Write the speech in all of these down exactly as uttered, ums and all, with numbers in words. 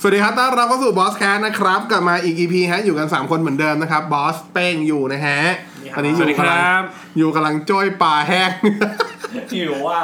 วัสดีครับต้อนรับเข้าสู่ Boss Cast นะครับกลับมาอีก อี พี ฮะอยู่กันสามคนเหมือนเดิมนะครับบอสเป้งอยู่นะฮะตอนนี้อยู่ครับอยู่กำลังจ้อยปลาแห้งหิวว่า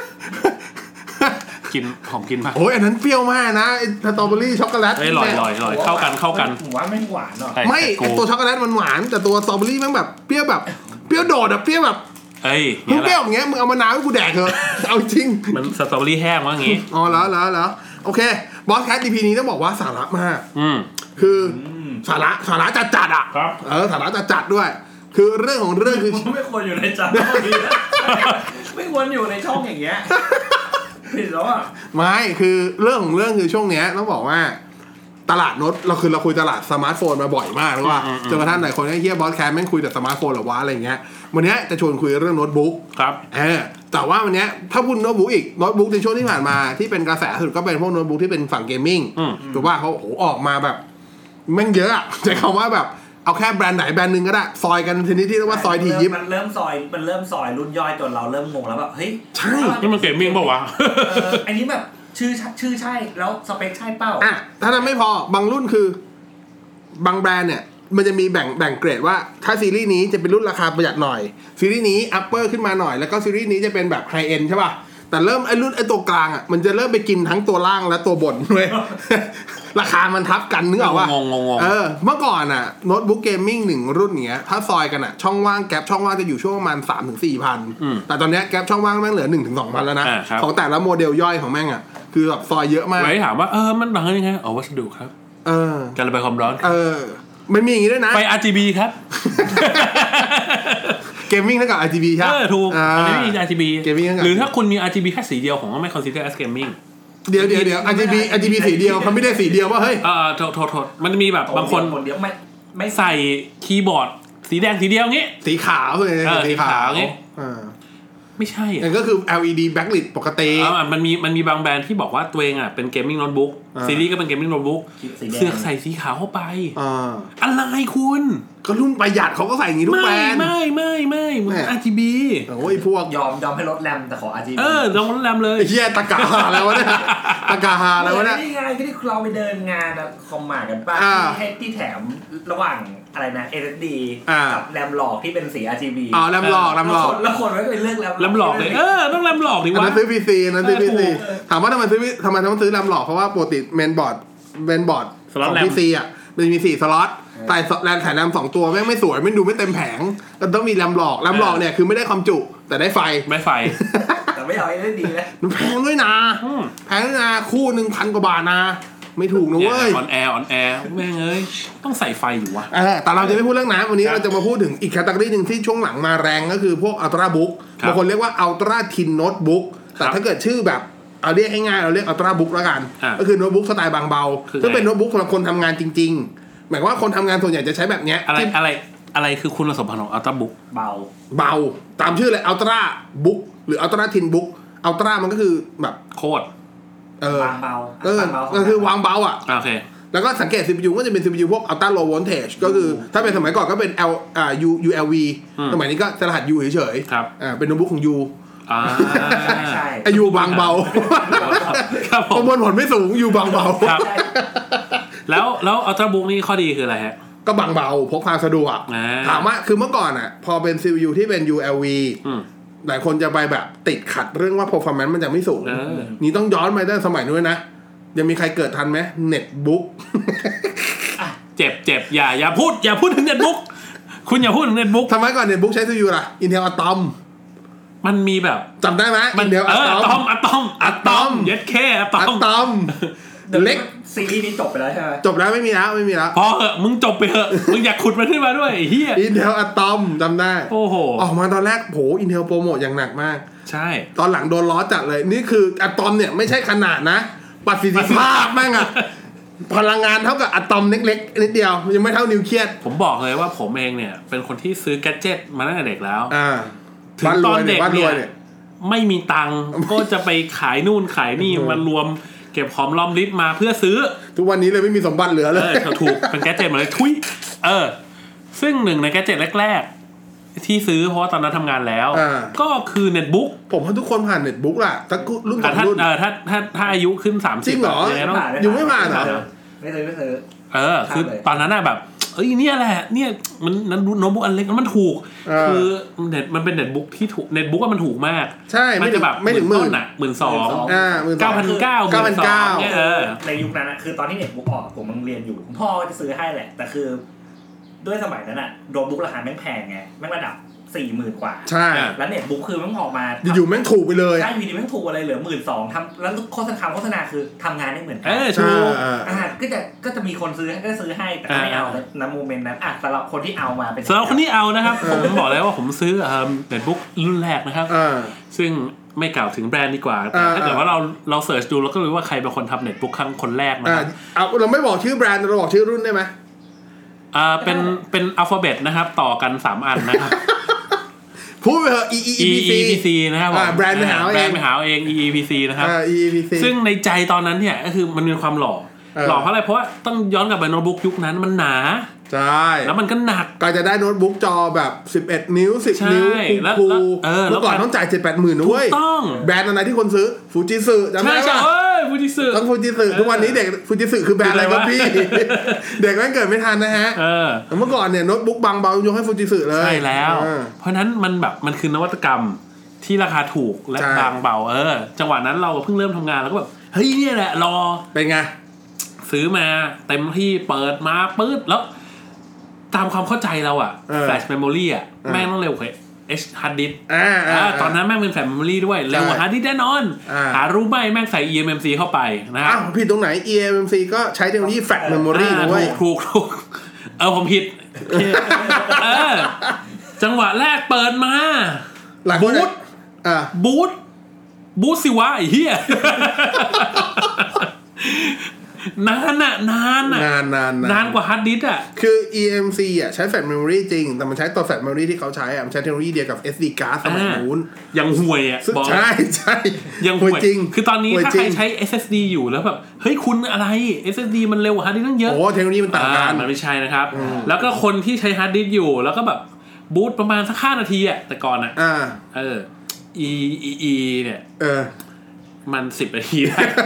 กินผมกินมากโอ้ยอันนั้นเปรี้ยวมากนะสตรอเบอรี่ช็อกโกแลตอร่อยอร่อยอร่อยเข้ากันเข้ากันผมว่าไม่หวานหรอกไม่ตัวช็อกโกแลตมันหวานแต่ตัวสตรอเบอรี่มันแบบเปรี้ยวแบบเปรี้ยวโดดอะเปรี้ยวแบบเอ้ยมึงเปรี้ยวอย่างเงี้ยมึงเอามะนาวให้กูแดกเถอะเอาจริงมันสตรอเบอรี่แห้งว่างี้อ๋อแล้วแล้วแล้วโอเคบอสแคท อี พี นี้ต้องบอกว่าสาระมากอืมคือสาระสาระจัดจัดอ่ะเออสาระจัดจัดด้วยคือเรื่องของเรื่องคือไม่ควรอยู่ในจานไม่ควรอยู่ในช่องอย่างเงี้ยผิดแล้วอ่ะไม่คือเรื่องของเรื่องคือช่วงเนี้ยต้องบอกว่าตลาดโน้ตเราคือเราคุยตลาดสมาร์ทโฟนมาบ่อยมากแล้วว่าจนกระทั่งหลายคนไอ้เหี้ยบอสแคทแม่งคุยแต่สมาร์ทโฟนหรอวะอะไรเงี้ยวันนี้จะชวนคุยเรื่องโน้ตบุ๊กครับเออแต่ว่าวันนี้ถ้าพูดโน้ตบุ๊กอีกโน้ตบุ๊กในช่วงที่ผ่านมาที่เป็นกระแสสุดก็เป็นพวกโน้ตบุ๊กที่เป็นฝั่งเกมมิ่งถูกป่ะเขาโอ้ออกมาแบบแม่งเยอะใช้คำว่าแบบเอาแค่แบรนด์ไหนแบรนด์นึงก็ได้ซอยกันทีนี้ที่เรียกว่าซอยทียิบมันเริ่มซอยมันเริ่มซอยรุ่นย่อยจนเราเริ่มงงแล้วแบบเฮ้ยใช่นี่มันเกมมิ่งเปล่าวะเอออันนี้แบบชื่อชื่อใช่แล้วสเปคใช่เป้าอ่ะถ้านั้นไม่พอบางรุ่นคือบางแบรนด์เนี่ยมันจะมีแบ่งแบ่งเกรดว่าถ้าซีรีส์นี้จะเป็นรุ่นราคาประหยัดหน่อยซีรีส์นี้อัปเปอร์ขึ้นมาหน่อยแล้วก็ซีรีส์นี้จะเป็นแบบไฮเอ็นด์ใช่ป่ะแต่เริ่มไอ้รุ่นไอ้ตัวกลางอ่ะมันจะเริ่มไปกินทั้งตัวล่างและตัวบนเลยราคามันทับกันนึกออกป่ะเออเมื่อก่อนอ่ะโน้ตบุ๊กเกมมิ่งหนึ่งรุ่นเนี้ยถ้าซอยกันอ่ะช่องว่างแกปช่องว่างจะอยู่ช่วงประมาณ สามถึงสี่พัน แต่ตอนเนี้ยแกปช่องว่างแม่งเหลือ หนึ่งถึงสองพัน แล้วนะของแต่ละโมเดลย่อยของแม่งอ่ะคือแบบซอยเยอะมากไว้ถามว่าเออมันต่างกันยังไงอ๋อวัสดุครับเออการระบายความร้อนเออมันมีอย่างงี้ด้วยนะไฟ อาร์ จี บี ครับเกมมิ่งเท่ากับ อาร์ จี บี ใช่เออถูกอันนี้มี อาร์ จี บี หรือถ้าคุณมี อาร์ จี บี แค่สีเดียวผมก็ไม่ consider as gaming เดี๋ยวเดี๋ยวเดี๋ยว อาร์ จี บี อาร์ จี บี สีเดียวเขาไม่ได้สีเดียวว่าเฮ้ยเออโทษโทษโทษมันจะมีแบบบางคนเดียวไม่ไม่ใส่คีย์บอร์ดสีแดงสีเดียวงี้สีขาวเลยสีขาวงี้ไม่ใช่อ่ะก็คือ แอล อี ดี backlit ปกติอ่ามันมีมันมีบางแบรนด์ที่บอกว่าตัวเองอ่ะเป็นเกมมิ่งโน้ตบุ๊กซีรีส์ก็เป็นเกมมิ่งโน้ตบุ๊กเสือกใส่สีขาวเข้าไปอ่าอะไรคุณก็รุ่นประหยัดเขาก็ใส่อย่างนี้ทุกแบรนด์ไม่ไม่ไม่ไม่ อาร์ จี บีโอ้ยพวกยอมยอมให้ลดแรมแต่ขอ อาร์ จี บีเออยอมลดแรมเลยเหี้ยตะกาอะไรวะเนี่ยตะกาอะไรวะเนี่ยนี่ไงที่เราไปเดินงานคอมมากันป่ะที่ให้ที่แถมระหว่างอะไรนะ เอส เอส ดี กับแรมหลอกที่เป็นสี อาร์ จี บีอ๋อแรมหลอกแรมหลอกแล้วคนไม่ไปเลือกแรมแรมหลอกเลยเออต้องแรมหลอกดิวะอันนั้นซื้อ พี ซี อันนั้นซื้อ พี ซี ถามว่าทำไมซื้อทำไมต้องซื้อแรมหลอกเพราะว่าปกติเมนบอร์ดเมนบอร์ดของ พี ซี อ่ะมันจะมีสี่สล็อตแต่แรมถ่ายแรมสองตัวแม่งไม่สวยไม่ดูไม่เต็มแผงก็ต้องมีแรมหลอกแรมหลอกเนี่ยคือไม่ได้ความจุแต่ได้ไฟไม่ไฟแต่ไม่เอาไอ้ได้ดีนะมันแพงด้วยนะแพงด้วยนะคู่หนึ่งพันกว่าบาทนะไม่ถูกนะเว้ยออนแอร์ออนแอร์แม่งเอ้ยต้องใส่ไฟอยู่วะเออแต่เราจะไม่พูดเรื่องน้ำวันนี้เราจะมาพูดถึงอีกแคตตาล็อกนึงที่ช่วงหลังมาแรงก็คือพวกอัลตร้าบุ๊กบางคนเรียกว่าอัลตร้าทินโน้ตบุ๊กแต่ถ้าเกิดชื่อแบบเอาเรียกง่ายๆเราเรียกอัลตร้าบุ๊กแล้วกันก็คือโน้ตบุ๊กสไตล์บางเบาซึ่งเป็นโน้ตบุ๊กสำหรับคนทำงานจริงๆหมายว่าคนทำงานส่วนใหญ่จะใช้แบบเนี้ยอะไรอะไรอะไรคือคุณสมบัติของอัลตร้าบุ๊กเบาเบาตามชื่อเลยอัลตร้าบุ๊กหรืออัลตร้าทินบุ๊กอัลตร้ามันก็คือแบบโคตรเออวางเบาเออก็คือวางเบาอ่ะโอเคแล้วก็สังเกต ซี พี ยู ก็จะเป็น ซี พี ยู พวก Ultra Low Voltage ก็คือถ้าเป็นสมัยก่อนก็เป็น L อ่า U ยู แอล วี สมัยนี้ก็รหัส U เฉยๆครับอ่าเป็นโน้ตบุ๊กของ U อ่าใช่ไอ้ U บางเบาครับผมประมวลผลไม่สูง U บางเบาครับแล้วแล้วอัลตร้าบุ๊กนี่ข้อดีคืออะไรฮะก็บางเบาพกพาสะดวกถามว่าคือเมื่อก่อนอ่ะพอเป็น ซี พี ยู ที่เป็น ยู แอล วี หลายคนจะไปแบบติดขัดเรื่องว่า performance มันจะไม่สูงนี่ต้องย้อนไปตั้งสมัยนู้นนะยังมีใครเกิดทันไหมเน็ตบุ๊กเจ็บเจ็บอย่าอย่าพูดอย่าพูดถึงเน็ตบุ๊กคุณอย่าพูดถึงเน็ตบุ๊กทำไมก่อนเน็ตบุ๊กใช้ ซี พี ยู ล่ะ Intel Atom มันมีแบบจำได้ไหม Intel Atom Atom Atom เย็ดแค่ Atom Atom เล็กซีรีส์นี้จบไปแล้วใช่ไหมจบแล้วไม่มีแล้วไม่มีแล้วพอเหอะมึงจบไปเหอะมึงอยากขุดมันขึ้นมาด้วยเฮีย Intel Atom จำได้โอ้โหออกมาตอนแรกโห Intel โปรโมทอย่างหนักมากใช่ตอนหลังโดนล้อจัดเลยนี่คือ Atom เนี่ยไม่ใช่ขนาดนะประสิทธิภาพแม่งอะพลังงานเท่ากับอะตอมเล็กๆนิดเดียวยังไม่เท่านิวเคลียร์ผมบอกเลยว่าผมเองเนี่ยเป็นคนที่ซื้อแกดเจ็ตมาตั้งแต่เด็กแล้วถึงตอนเด็กเนี่ยไม่มีตังค์ก็จะไปขายนู่นขายนี่มารวมเก็บหอมรอมริบมาเพื่อซื้อทุกวันนี้เลยไม่มีสมบัติเหลือเลยถูกเป็นแกดเจ็ตมาเลยทุยเออซึ่งหนึ่งในแกดเจ็ตแรกๆที่ซื้อเพราะว่าตอนนั้นทำงานแล้วก็คือเน็ตบุ๊กผมว่าทุกคนผ่านเน็ตบุ๊กแหละถ้ารุ่นสองรุ่นเออถ้าถ้าถ้าอายุขึ้นสามสิบจริงเหรอยังไม่ผ่านเหรอไม่ซื้อไม่ซื้อเออคือตอนนั้นน่ะแบบเอ้ยเนี่ยแหละเนี่ยมันนั้นโน้ตบุ๊กอันเล็กมันถูกคือเน็ตมันเป็นเน็ตบุ๊กที่ถูกเน็ตบุ๊กมันถูกมากใช่มันจะแบบไม่ถึงหมื่นอ่ะหมื่นสองอ่าเก้าพันเก้าเก้าพันเก้าเนี่ยเออในยุคนั้นนะคือตอนที่เน็ตบุ๊กออกผมมันเรียนอยู่พ่อจะซื้อให้แหละแต่คือด้วยสมัยนั้นอ่ะโน้ตบุ๊กราคาแม่งแพงไงแม่งระดับสี่หมื่นกว่าใช่แล้วเน็ตบุ๊กคือแม่งออกมาอยู่ๆแม่งถูกไปเลยใช่วีดีแม่งถูกอะไรเหลือหมื่นสองทำแล้วโฆษณาโฆษณาคือทำงานได้เหมือนกันเออถูกอ่าก็จะก็จะมีคนซื้อก็ซื้อให้แต่ไม่เอาในโมเมนต์นั้นอ่ะสำหรับคนที่เอามาเป็นสำหรับคนที่เอานะครับผมบอกแล้วว่าผมซื้อเน็ตบุ๊กรุ่นแรกนะครับซึ่งไม่กล่าวถึงแบรนด์ดีกว่าแต่ถ้าเกิดว่าเราเราเสิร์ชดูเราก็รู้ว่าใครเป็นคนทำเน็ตบุ๊กครั้งคนแรกนะครับเอาเราไม่บอกชื่อแบรนด์เราบอกชื่อรุ่นได้ไหมอ่าเป็นเป็นอัลฟาเบตนะครับต่อกันสามอันนะครับพูดไปเถอะ อี อี พีซี นะครับแบรนด์ไม่หาเองแบรนด์ไม่หาเอง อี อี พี ซี นะครับอี อี พี ซีซึ่งในใจตอนนั้นเนี่ยก็คือมันมีความหล่อหล่อเพราะอะไรเพราะว่าต้องย้อนกลับไปโน้ตบุ๊กยุคนั้นมันหนาใช่แล้วมันก็หนักก็จะได้โน้ตบุ๊กจอแบบสิบเอ็ดนิ้วสิบนิ้วคูลๆเมื่อก่อนต้องจ่าย เจ็ดแปดหมื่น ด้วยต้องแบรนด์อะไรที่คนซื้อฟูจิสึจำได้ป่ะเอ้ยฟูจิสึต้องฟูจิสึทุกวันนี้เด็กฟูจิสึคือแบรนด์อะไรครับพี่เด็กแม่งเกิดไม่ทันนะฮะเมื่อก่อนเนี่ยโน้ตบุ๊กบางเบายกให้ฟูจิสึเลยใช่แล้วเพราะนั้นมันแบบมันคือนวัตกรรมที่ราคาถูกและบางเบาเออจังหวะนั้นเราเพิ่งเริ่มทำงานแล้วก็แบบเฮ้ยเนี่ยแหละรอเป็นไงซื้อมาเต็มที่เปิดมาปื๊ดแล้วตามความเข้าใจเราอะแฟลชเมมโมรี่อะแม่งต้องเร็วกว่า H hard disk อ่าตอนนั้นแม่งเป็นแฟลชเมมโมรี่ด้วยเร็วกว่า hard disk แน่นอนหารู้ไหมแม่งใส่ อี เอ็ม เอ็ม ซี เข้าไปนะครับอ้าวผิดตรงไหน อี เอ็ม เอ็ม ซี ก็ใช้เทคโนโลยีแฟลชเมมโมรี่ด้วยถูกถูกเออผมผิดเออจังหวะแรกเปิดมาบูทอ่าบูทบูทสิวะไอ้เหี้ยนานน่ะนานน่ะนานนานนานกว่าฮาร์ดดิสก์อ่ะคือ อี เอ็ม ซี อ่ะใช้แฟลชเมมโมรี่จริงแต่มันใช้ตัวแฟลชเมมโมรี่ที่เขาใช้อ่ะมันใช้เทคโนโลยีเดียวกับ เอส ดี card สมัยนู้นยังห่วยอ่ะบอกใช่ใช่ยังห่วยจริงคือตอนนี้ถ้าใครใช้ เอส เอส ดี อยู่แล้วแบบเฮ้ยคุณอะไร เอส เอส ดี มันเร็วกว่าฮาร์ดดิสก์ตั้งเยอะโอ้เทคโนโลยีมันต่างกันมันไม่ใช่นะครับแล้วก็คนที่ใช้ฮาร์ดดิสก์อยู่แล้วก็แบบบูตประมาณสักห้านาทีอ่ะแต่ก่อนอ่ะเออ E E E เนี่ยเออมันสิบนาที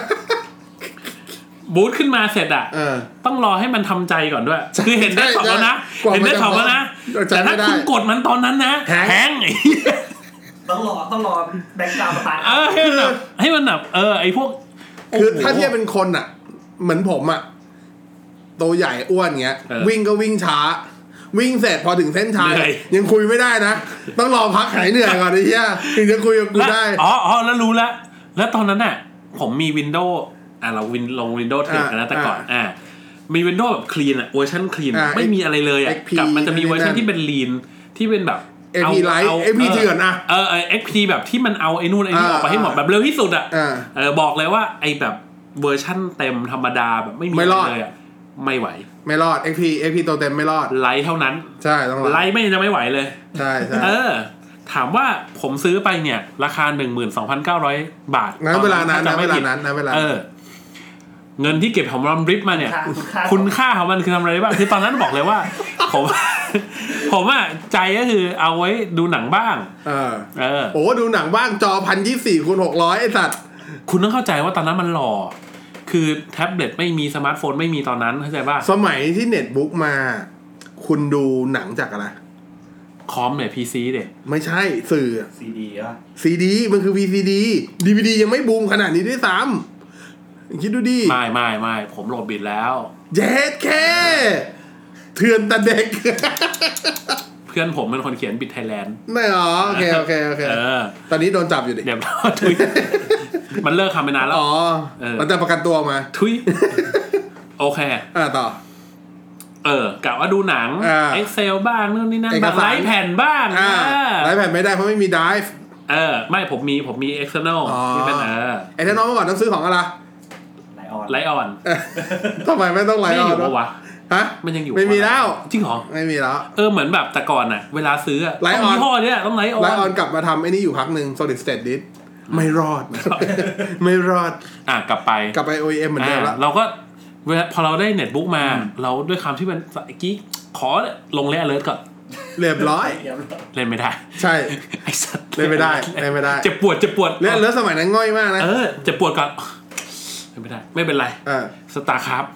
บูตขึ้นมาเสร็จอ่ะต้องรอให้มันทำใจก่อนด้วยคือเห็นได้ช็อตแล้วนะเห็นได้ช็อตแล้วนะแต่ถ้าคุณกดมันตอนนั้นนะแฮงต้องรอต้องรอแบ็คกราวด์มาตายเออให้มันแบบให้มันแบบเออไอพวกคือถ้าเทียบเป็นคนอ่ะเหมือนผมอ่ะตัวใหญ่อ้วนเงี้ยวิ่งก็วิ่งช้าวิ่งเสร็จพอถึงเส้นชัยยังคุยไม่ได้นะต้องรอพักหายเหนื่อยก่อนไอ้เหี้ยถึงจะคุยกับกูได้อ๋ออ๋อแล้วรู้แล้วแล้วตอนนั้นน่ะผมมี Windows อ่ะเราวินลง Windows เทปกันนะแต่ก่อนอ่ะมี Windows แบบคลีนอ่ะเวอร์ชันคลีนไม่มีอะไรเลยอ่ะกับมันจะมีเวอร์ชันที่เป็นลีนที่เป็นแบบเอ พี Lite เอ พี เถื่อนนะเออเออ เอ็ก พี แบบที่มันเอาไอ้นู่นไอ้นี่ออกไปให้หมดแบบเร็วที่สุดอ่ะเออบอกเลยว่าไอ้แบบเวอร์ชันเต็มธรรมดาแบบไม่มีเลยอ่ะไม่ไหวไม่รอด เอ็ก พี เอ็ก พี ตัวเต็มไม่รอดไลท์เท่านั้นใช่ต้องไลท์ไม่จะไม่ไหวเลยใช่ใช่เออถามว่าผมซื้อไปเนี่ยราคา หนึ่งหมื่นสองพันเก้าร้อย บาทณเวลานั้นณเวลานั้นณเวลาเออเงินที่เก็บของรอมริปมาเนี่ยคุณค่าของมันคือทำอะไรบ้างคือตอนนั้นบอกเลยว่าผมผมอ่ะใจก็คือเอาไว้ดูหนังบ้างเออเออโอ้ดูหนังบ้างจอ หนึ่งพันยี่สิบสี่คูณหกร้อย ไอ้สัตว์คุณต้องเข้าใจว่าตอนนั้นมันหล่อคือแท็บเล็ตไม่มีสมาร์ทโฟนไม่มีตอนนั้นเข้าใจป่ะสมัยที่เน็ตบุ๊กมาคุณดูหนังจากอะไรคอมเนี่ย พี ซี เด็ไม่ใช่สื่อซี ดี อ่ะซี ดี มันคือ วี ซี ดี ดี วี ดี ยังไม่บูมขนาดนี้ด้วยซ้ำคิดดูดิไม่ไม่ไม่ผมโหลดบิดแล้วเย็ดแค่เถื่อนแต่เด็กเพื่อนผมเป็นคนเขียนบิดไทยแลนด์ไม่หรอโอเคโอเคโอเคตอนนี้โดนจับอยู่ดิเดี๋ยวทุยมันเลิกทำไปนานแล้วอ๋อมันจะประกันตัวมาทุยโอเคอ่าต่อเออกะว่าดูหนัง Excel บ้างนู่นนี่นั่นบางไลฟ์แผ่นบ้างไลฟ์แผ่นไม่ได้เพราะไม่มีไดรฟ์เออไม่ผมมีผมมี External ที่เป็นเออ External เมื่อก่อนต้องซื้อของอะไรไลออนไลออนทำไมไม่ต้องไลออนวะฮะมันยังอยู่ไม่มีแล้วจริงเหรอไม่มีแล้วเออเหมือนแบบแต่ก่อนน่ะเวลาซื้อไลออนยี่ห้อเนี้ยต้องไลออนไลออนกลับมาทำไอ้นี่อยู่พักนึง Solid State Disk ไม่รอดไม่รอดอ่ะกลับไปกลับไป โอ อี เอ็ม เหมือนเดิมแล้วเราก็เวลาพอเราได้เน็ตบุ๊กมาเราด้วยคำที่เป็นกิ๊กขอลงเล่นเลิศก่อนเรียบร้อยเล่นไม่ได้ใช่ไอ้สัตว์เล่นไม่ได้เล่นไม่ได้เจ็บปวดเจ็บปวดเล่นเลิศสมัยนั้นง่อยมากนะเออเจ็บปวดก่อนเล่นไม่ได้ไม่เป็นไรสตาร์คราฟ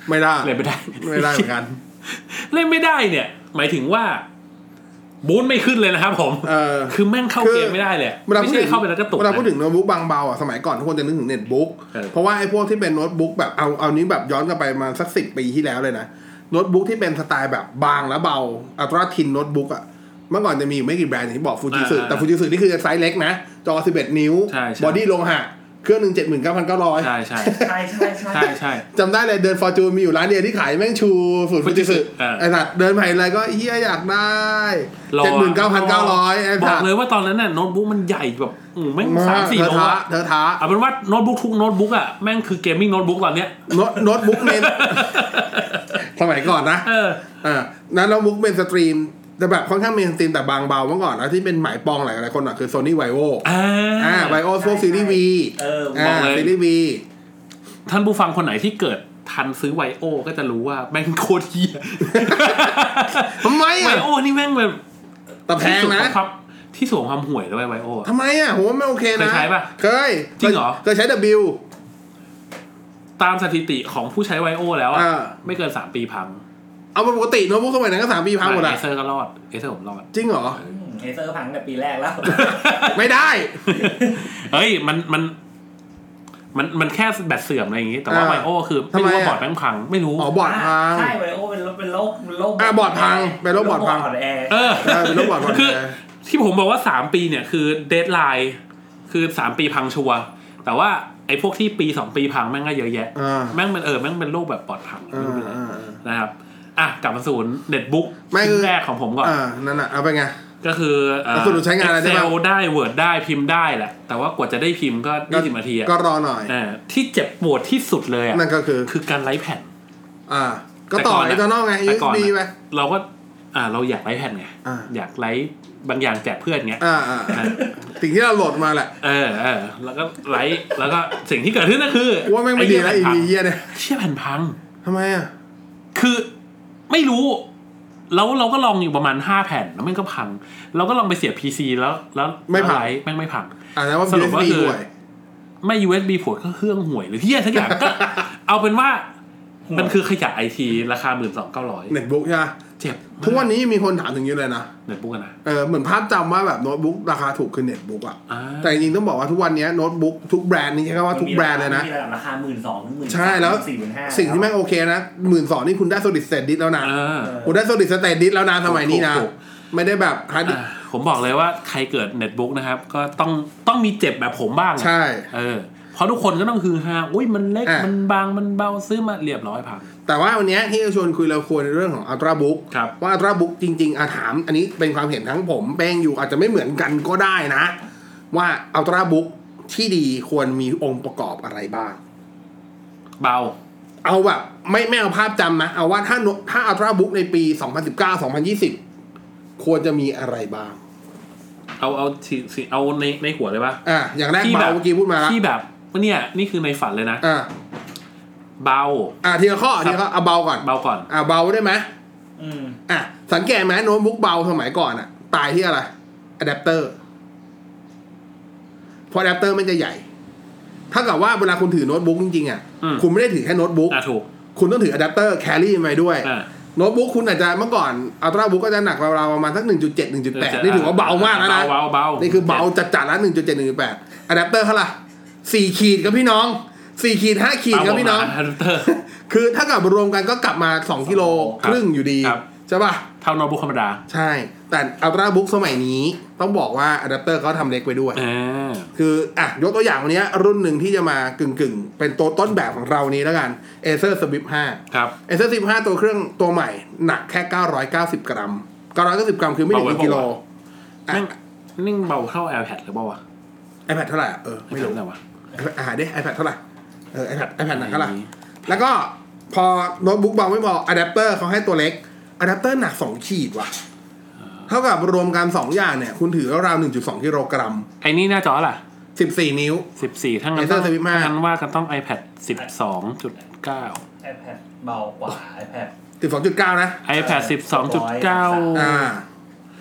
ไม่ได้เล่นไม่ได้ไม่ได้เหมือนกันเล่นไม่ได้เนี่ยหมายถึงว่าบูนไม่ขึ้นเลยนะครับผมเออคือแม่งเข้าเกมไม่ได้เลยไม่ใช่เข้าไปแล้วก็ตกเวลาพูดถึงโน้ตบุ๊กบางเบาอ่ะสมัยก่อนทุกคนจะนึกถึงเน็ตบุ๊กเพราะว่าไอ้พวกที่เป็นโน้ตบุ๊กแบบเอาเอานี้แบบย้อนกลับไปมาสักสิบปีที่แล้วเลยนะโน้ตบุ๊กที่เป็นสไตล์แบบบางและเบาอัลตร้าทินโน้ตบุ๊กอ่ะเมื่อก่อนจะมีไม่กี่แบรนด์อย่างที่บอกฟูจิสึแต่ฟูจิสึนี่คือไซส์เล็กนะจอสิบเอ็ดนิ้วบอดี้โลหะเครื่องหนึ่ง เจ็ดหมื่นเก้าพันเก้าร้อยใช่ใช่ใช่ใช่ใช่ใช่จำได้เลยเดินฟอร์จูนมีอยู่ร้านเดียวที่ขายแม่งชูสูตรฟูจิสึไอ้สัตว์เดินไปอะไรก็เฮียอยากได้ เจ็ดหมื่นเก้าพันเก้าร้อยบอกเลยว่าตอนนั้นน่ะโน้ตบุ๊กมันใหญ่แบบแม่ง สามสี่ โลอ่ะเธอท้าเอาเป็นว่าโน้ตบุ๊กทุกโน้ตบุ๊กอ่ะแม่งคือเกมมิ่งโน้ตบุ๊กตอนเนี้ยโน้ตบุ๊กเน้นสมัยก่อนนะเอออ่านั้นโน้ตบุ๊กเป็นสตรีมแต่แบบค่อนข้างเมนสตรีมแต่บางเบาเมื่อก่อนนะที่เป็นหมายปองหลายหลายคนอ่ะคือ Sony Vaio อ่าอ่า Vaio พวกซีรีส์ V เออบอกเลยซีรีส์ V ท่านผู้ฟังคนไหนที่เกิดทันซื้อ Vaio ก็จะรู้ว่าแม่งโคตรเหี้ยทำไมอ่ะ Vaio นี่แม่งแบบแต่แพงนะที่สูงความห่วยด้วย Vaio ทำไมอ่ะผมว่าไม่โอเคนะเคยใช้ป่ะเคยจริงเหรอเคยใช้ W ตามสถิติของผู้ใช้ Vaio แล้วอ่ะไม่เกินสามปีพังเอาปกติโน้ตบุ๊กสมัยนั้นก็สามปีพังหมดอ่ะเอเซอร์ก็รอดเอเซอร์ผมรอดจริงเหรอเอเซอร์พังแต่ปีแรกแล้วไม่ได้เฮ้ยมันมันมันมันแค่แบตเสื่อมอะไรอย่างงี้แต่ว่า Vaio คือไม่รู้ว่าบอร์ดแม่งพังไม่รู้อ๋อบอร์ดพังใช่ Vaio เป็นเป็นโรคเป็นโรคอ่ะบอร์ดพังเป็นโรคบอร์ดพังเออเป็นโรคบอร์ดพังคือที่ผมบอกว่าสามปีเนี่ยคือเดดไลน์คือสามปีพังชัวร์แต่ว่าไอ้พวกที่ปีสองปีพังแม่งก็เยอะแยะแม่งเป็นเออแม่งเป็นโรคแบบปอดพังนะครับอ่ะกลับมาสู่เน็ตบุ๊กชิ้นแรกของผมก่อนอ่านั่นน่ะเอาไปไงก็คือสรุปใช้งานอะไรได้บ้าง Excel ได้ Word ได้พิมพ์ได้แหละแต่ว่ากว่าจะได้พิมพ์ก็ยี่สิบนาทีอ่ะก็รอหน่อยอ่าที่เจ็บปวดที่สุดเลยอ่ะนั่นก็คือคือการไลฟ์แผ่นอ่าก็ต่อไอ้ตัวนอกไง ยู เอส บี ไปเราก็อ่าเราอยากไลฟ์แผ่นไงอยากไลฟ์บางอย่างแจกเพื่อนเงี้ยอ่าอ่าสิ่งที่เราโหลดมาแหละเออเออแล้วก็ไลฟ์แล้วก็สิ่งที่เกิดขึ้นก็คือว่าไม่ดีแล้วอีวีเหี้ยเนี่ยเชี่ยแผ่นพังทำไมอ่ะคือไม่รู้แล้วเราก็ลองอยู่ประมาณห้าแผ่นแล้วมันก็พังเราก็ลองไปเสียบ พี ซี แล้วแล้วไม่พังแม่งไม่พังอ่าแล้วว่า ยู เอส บี ห่วยไม่ ยู เอส บี ผดก็เครื่องห่วยหรือเหี้ยสักอย่างก็เอาเป็นว่ามันคือขยะ ไอ ที ราคา หนึ่งหมื่นสองพันเก้าร้อยเน็ตบุ๊กใช่มั้ยเจ็บทุกวันนี้มีคนถามถึงเยอะเลยนะเน็ตบุ๊กนะเออเหมือนภาพจำว่าแบบโน้ตบุ๊กราคาถูกคือเน็ตบุ๊กอ่ะแต่จริงๆต้องบอกว่าทุกวันนี้โน้ตบุ๊กทุกแบรนด์นี่ใช่ว่าทุกแบรนด์เลยนะมีราคา หนึ่งหมื่นสองพัน หนึ่งหมื่นใช่แล้วสิ่งที่แม่งโอเคนะ หนึ่งหมื่นสองพัน นี่คุณได้ Solid State Disk แล้วนะคุณได้ Solid State Disk แล้วนะสมัยนี้นะไม่ได้แบบฮาร์ดดิสก์ผมบอกเลยว่าใครเกิดเน็ตบุ๊กนะครับก็ต้องต้องมีเจ็บแบบผมบ้างใช่เออเพราะทุกคนก็ต้องคือฮะอุ้ยมันเล็กมันบางมันเบาซื้อมาเรียบร้อยพังแต่ว่าวันนี้ที่จะชวนคุยเราควรในเรื่องของ Ultrabook ว่า Ultrabook จริงๆอาถามอันนี้เป็นความเห็นทั้งผมแป้งอยู่อาจจะไม่เหมือนกันก็ได้นะว่า Ultrabook ที่ดีควรมีองค์ประกอบอะไรบ้างเบาเอาแบบไม่ไม่เอาภาพจำนะเอาว่าถ้าถ้า Ultrabook ในปีสองพันสิบเก้า สองพันยี่สิบควรจะมีอะไรบ้างเอาเอาสิเอาในในหัวเลยป่ะอ่ะอย่างแรกเบาเมื่อกี้พูดมาแล้วที่แบบเนี่ยนี่คือในฝันเลยนะอ่ะเบาอ่ะทีละข้อทีละข้อเอาเบาก่อนเบาก่อนอ่ะเบาได้ไหมอืมอ่ะสังเกตไหมโน้ตบุ๊กเบาสมัยก่อนอ่ะตายที่อะไรอะแดปเตอร์เพราะอะแดปเตอร์มันจะใหญ่ถ้ากับว่าเวลาคุณถือโน้ตบุ๊กจริงๆอ่ะคุณไม่ได้ถือแค่โน้ตบุ๊กอ่ะถูกคุณต้องถืออะแดปเตอร์แครี่มาด้วยโน้ตบุ๊กคุณอาจจะเมื่อก่อนอัลตร้าบุ๊กก็จะหนักราวๆประมาณสัก หนึ่งจุดเจ็ด หนึ่งจุดแปด นี่ถือว่าเบามากแล้วนะเบาเบานี่คือเบาจัดๆแล้ว หนึ่งจุดเจ็ด หนึ่งจุดแปด อะแดปเตอร์เท่าไหร่สี่ขีดครับพี่น้องสี่ขีดห้าขีดครับพี่น้องคือถ้ากับรวมกันก็กลับมาสองกิโลครึ่งอยู่ดีใช่ป่ะเท่าโน้ตบุ๊กธรรมดาใช่แต่อัลตร้าบุ๊กสมัยนี้ต้องบอกว่าอะแดปเตอร์เขาทำเล็กไว้ด้วยคืออ่ะยกตัวอย่างวันนี้รุ่นหนึ่งที่จะมากึ่งๆเป็นตัวต้นแบบของเรานี้แล้วกัน Acer Swift ห้าครับ Acer Swift ห้าตัวเครื่องตัวใหม่หนักแค่เก้าร้อยเก้าสิบกรัมเก้าร้อยเก้าสิบกรัมคือไม่ถึงกิโลนิ่งนิ่งเบาเท่า iPad หรือเปล่าวะ iPad เท่าไหร่เออไม่รู้แล้ววะอ่าดิ iPad เท่าไหร่เออ iPad iPad หนักเท่าไหร่แล้วก็พอโน้ตบุ๊กเบาไม่พออะแดปเตอร์เขาให้ตัวเล็กอะแดปเตอร์หนักสองขีดว่ะเท่ากับรวมกันสองอย่างเนี่ยคุณถือราวๆ หนึ่งจุดสอง กิโลกรัมไอ้นี่หน้าจอล่ะสิบสี่นิ้วสิบสี่ทั้งนั้นทั้งนั้นว่ากันต้อง iPad สิบสองจุดเก้า iPad เบากว่า iPad สิบสองจุดเก้า นะ iPad สิบสองจุดเก้าอ่า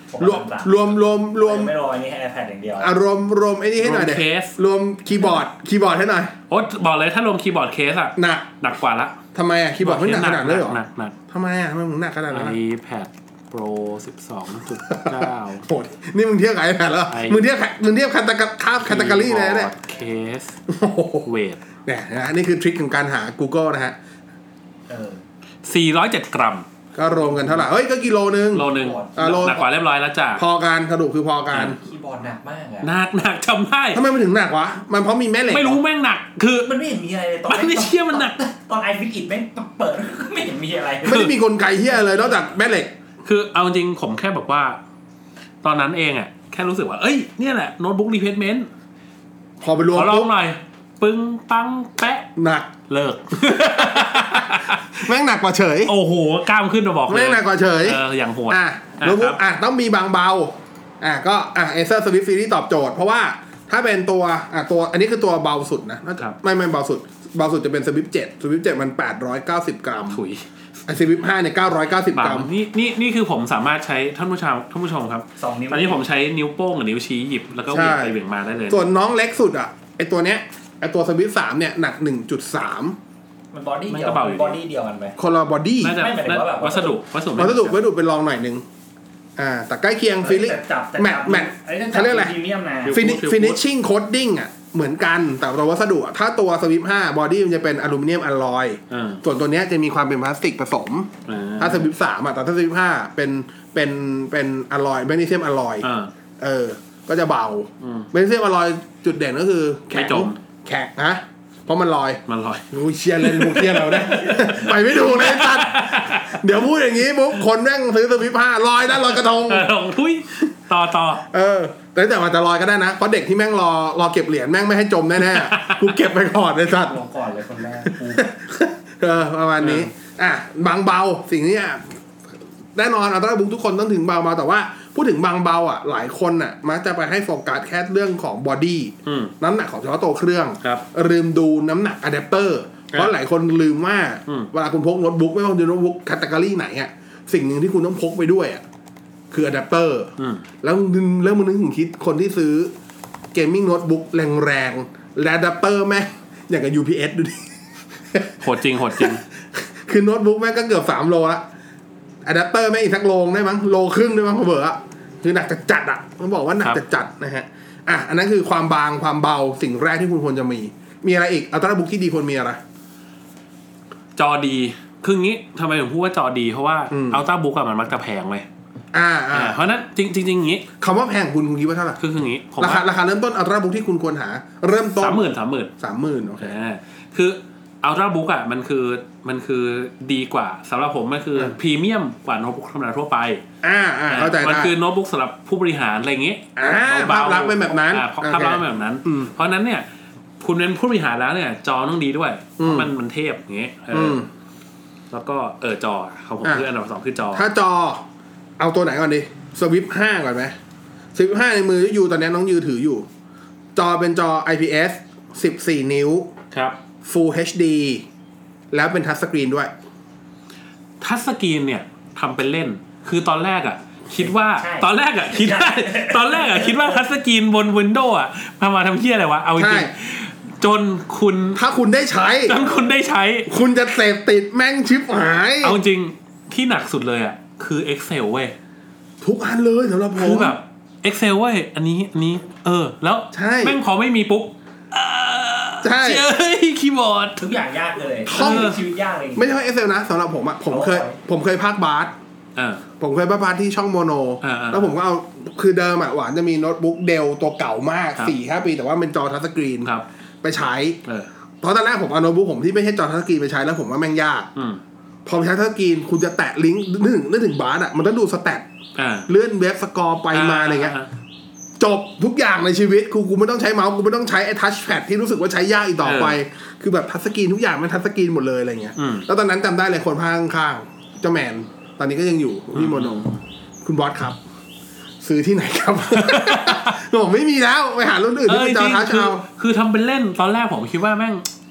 รวมรวมรวมรวมไม่รออันนี้ให้ iPad อย่างเดียวอ่ะรวมรวมไอ้นี่ให้หน่อยเด็รวมคีย์บอร์ดคีย์บอร์ดให้หน่อยโอ๊ตบอกเลยถ้ารวมคีย์บอร์ดเคสอะหนักหนักกว่าละทำไมอ่ะคีย์บอร์ดไม่หนักขนาดนั้นหรอหนักหนักทำไมอ่ะทำไมมึงหนักขนาดนั้น iPad Pro สิบสองจุดเก้าโหดนี่มึงเทียบกับ iPad แล้วมึงเทียบมึงเทียบคันตะกับคาบแคตตาล็อกเลยเนี่ยเคสเวทเนี่ยนะนี่คือทริคของการหา Google นะฮะเออสี่ร้อยเจ็ดกรัมก็รวมกันเท่าไหร่เฮ้ยก็กิโลนึงโลนึงหนักกว่าเรียบร้อยแล้วจ้ะพอกันสรุปคือพอกันคีย์บอร์ดหนักมากอะหนักหนักจำได้ทำไมมันถึงหนักวะมันเพราะมีแม่เหล็กไม่รู้แม่งหนักคือมันไม่เห็นมีอะไรเลยตอนมันไม่เชื่อมันหนักตอนไอฟิกอิทแม่งเปิดไม่เห็นมีอะไรไม่ได้มีกลไกเหี้ยเลยนอกจากแม่เหล็กคือเอาจริงผมแค่บอกว่าตอนนั้นเองอ่ะแค่รู้สึกว่าเอ้ยเนี่ยแหละโน้ตบุ๊กรีเพลซเมนต์พอไปรวมขอลองหน่อยปึ้งปังแปะหนักเลิกแม่งหนักกว่าเฉยโอ้โหกล้ามขึ้นมาบอกเลยแม่งหนักกว่าเฉยเอออย่างโหดอ่ะโน้ตบุ๊กอ่ะต้องมีบางเบาอ่ะก็อ่ะ Acer Swift Series ตอบโจทย์เพราะว่าถ้าเป็นตัวอ่ะตัวอันนี้คือตัวเบาสุดนะไม่ไม่เบาสุดเบาสุดจะเป็น Swift เจ็ด Swift เจ็ดมันแปดร้อยเก้าสิบกรัมถุยไอ Swift ห้าเนี่ยเก้าร้อยเก้าสิบกรัมนี่นี่นี่คือผมสามารถใช้ท่านผู้ชมท่านผู้ชมครับสองนิ้วตอนนี้ผมใช้นิ้วโป้งกับนิ้วชี้หยิบแล้วก็เหวี่ยงไปเหวี่ยงมาได้เลยส่วนน้องเล็กสุดอ่ะไอตัวเนี้ยไอตัว Swift สามเนี่ยหนัก หนึ่งจุดสามมันบอดี้เดียวบอดี้เดียวกันไหมคนละบอดี้ไม่หมายถึงว่าแบบวัสดุวัสดุวัสดุวัสดุเป็นรองหน่อยนึงอ่าแต่ใกล้เคียงฟีลิ่งแมทแมทเขาเรียกอะไรฟินิชชิ่งโคดดิ้งอ่ะเหมือนกันแต่ตัววัสดุถ้าตัว Swift ห้าบอดี้มันจะเป็นอลูมิเนียมอลลอยส่วนตัวเนี้ยจะมีความเป็นพลาสติกผสมถ้า Swift สามอ่ะแต่ถ้า Swift ห้าเป็นเป็นเป็นอลลอยแมกนีเซียมอลลอยเออก็จะเบาแมกนีเซียมอลลอยจุดเด่นก็คือแข็งแข็งนะเพราะมันลอยมันลอยงูเชียร์เล่นงูเชียร์เราได้ไปไม่ถูกเลยตัดเดี๋ยวพูดอย่างนี้ปุ๊บคนแม่งซื้อสวิฟต์ห้าลอยได้ลอยกระทงลงทุยต่อต่อเออแต่แต่มันจะลอยก็ได้นะเพราะเด็กที่แม่งรอรอเก็บเหรียญแม่งไม่ให้จมแน่ๆกูเก็บไปก่อนเลยสัตว์ลงก่อนเลยคนแรกเออประมาณนี้อ่ะบางเบาสิ่งนี้แน่นอนอัลตร้าบุ๊กทุกคนต้องถึงเบามาแต่ว่าพูดถึงบางเบาอ่ะหลายคนน่ะมักจะไปให้โฟกัสแค่เรื่องของบอดี้น้ำหนักของเฉพาะตัวเครื่องลืมดูน้ำหนักอะแดปเตอร์เพราะหลายคนลืมว่าเวลาคุณพกโน้ตบุ๊กไม่ว่าจะโน้ตบุ๊กแคตตาล็อกไหนอ่ะสิ่งหนึ่งที่คุณต้องพกไปด้วยอ่ะคืออะแดปเตอร์แล้วแล้วมึงนึกถึงคิดคนที่ซื้อเกมมิ่งโน้ตบุ๊กแรงๆและอะแดปเตอร์แม่งอย่างกับ ยู พี เอส ดูดิโหดจริงโหดจริงคือโน้ตบุ๊กแม่งก็เกือบสามโลละอะแดปเตอร์แม่งอีกสักโลได้มั้งโลครึ่งได้มั้งเบอร์อ่ะคือหนักจะจัดอ่ะต้องบอกว่าหนักจะจัดนะฮะอ่ะอันนั้นคือความบางความเบาสิ่งแรกที่คุณควรจะมีมีอะไรอีกอัลตร้าบุ๊กที่ดีควรมีอะไรจอดีคืองี้ทำไมผมพูดว่าจอดีเพราะว่าอัลตร้าบุ๊กอะมันมักจะแพงเลยอ่าอ่าเพราะนั้นจริงจริงอย่างงี้คำว่าแพงคุณคุณคิดว่าเท่าไหร่คือคืออย่างงี้ราคาราคาเริ่มต้นอัลตร้าบุ๊กที่คุณควรหาเริ่มต้นสามหมื่นสามหมื่นสามหมื่นโอเคคืออัลตร้าบุ๊กอ่ะมันคือมันคือดีกว่าสำหรับผมมันคือพรีเมียมกว่าโน้ตบุ๊กธรรมดาทั่วไปอ่าอ่าเข้าใจได้มันคือโน้ตบุ๊กสำหรับผู้บริหารอะไรอย่างงี้อ่าภาพลักษณ์เป็นแบบนั้นภาพลักษณ์เป็นแบบนั้นเพราะนั้นเนี่ยคุณเป็นผู้บริหารแล้วเนี่ยจอต้องดีด้วยเพราะมันมันเทพอย่างเงี้ยแล้วก็เออจอเขาผมคืออันดับสองคือจอถ้าจอเอาตัวไหนก่อนดีสวิฟต์ห้าก่อนไหมสวิฟต์ห้าในมืออยู่ตอนนี้น้องยือถืออยู่จอเป็นจอ ไอ พี เอส สิบสี่นิ้วครับ Full เอช ดี แล้วเป็นทัชสกรีนด้วยทัชสกรีนเนี่ยทำเป็นเล่นคือตอนแรกอ่ะคิดว่าตอนแรกอ่ะคิดว่าตอนแรกอ่ะคิดว่าทัชสกรีนบน Windows อ่ะทำมาทำเหี้ยอะไรวะเอาจริงจนคุณถ้าคุณได้ใช้จนคุณได้ใช้คุณจะเสพติดแม่งชิบหายเอาจริงที่หนักสุดเลยอ่ะคือ Excel เว้ยทุกอันเลยสำหรับผมคือแบบ Excel เว้ยอันนี้อันนี้เออแล้วแม่งพอไม่มีปุ๊บใช่เฮ้ยคีย์บอร์ดทุกอย่างยากเลยท่องชีวิตยากเลยไม่ใช่ Excel นะสำหรับผมอ่ะผมเคยผมเคยพากบาสผมเคยพากบาสที่ช่องโมโนแล้วผมก็เอาคือเดิมอ่ะหวานจะมีโน้ตบุ๊กเดลตัวเก่ามาก สี่ห้า ปีแต่ว่าเป็นจอทัชสกรีนไปใช้เพราะตอนแรกผมเอาโน้ตบุ๊กผมที่ไม่ใช่จอทัชสกรีนไปใช้แล้วผมว่าแม่งยากพอใช้ทัชสกรีนคุณจะแตะลิงก์นึกถึงนึกถึงบาสอ่ะมันต้องดูสแตทเลื่อนเว็บสกอร์ไปมาอะไรเงี้ยจบทุกอย่างในชีวิตกูกูไม่ต้องใช้เมาส์กูไม่ต้องใช้ไอ้ทัชแพดที่รู้สึกว่าใช้ยากอีกต่อไปคือแบบทัชสกรีนทุกอย่างมันทัชสกรีนหมดเลยอะไรเงี้ยแล้วตอนนั้นจำได้เลยคนพางข้างเจ้าแมนตอนนี้ก็ยังอยู่ที่โมโนคุณบอสครับซื้อที่ไหนครับผมไม่มีแล้วไปหารุ่นอื่นที่เป็นจอทัชเอาคือทำเป็นเล่นตอนแรกผมคิดว่าแม่ง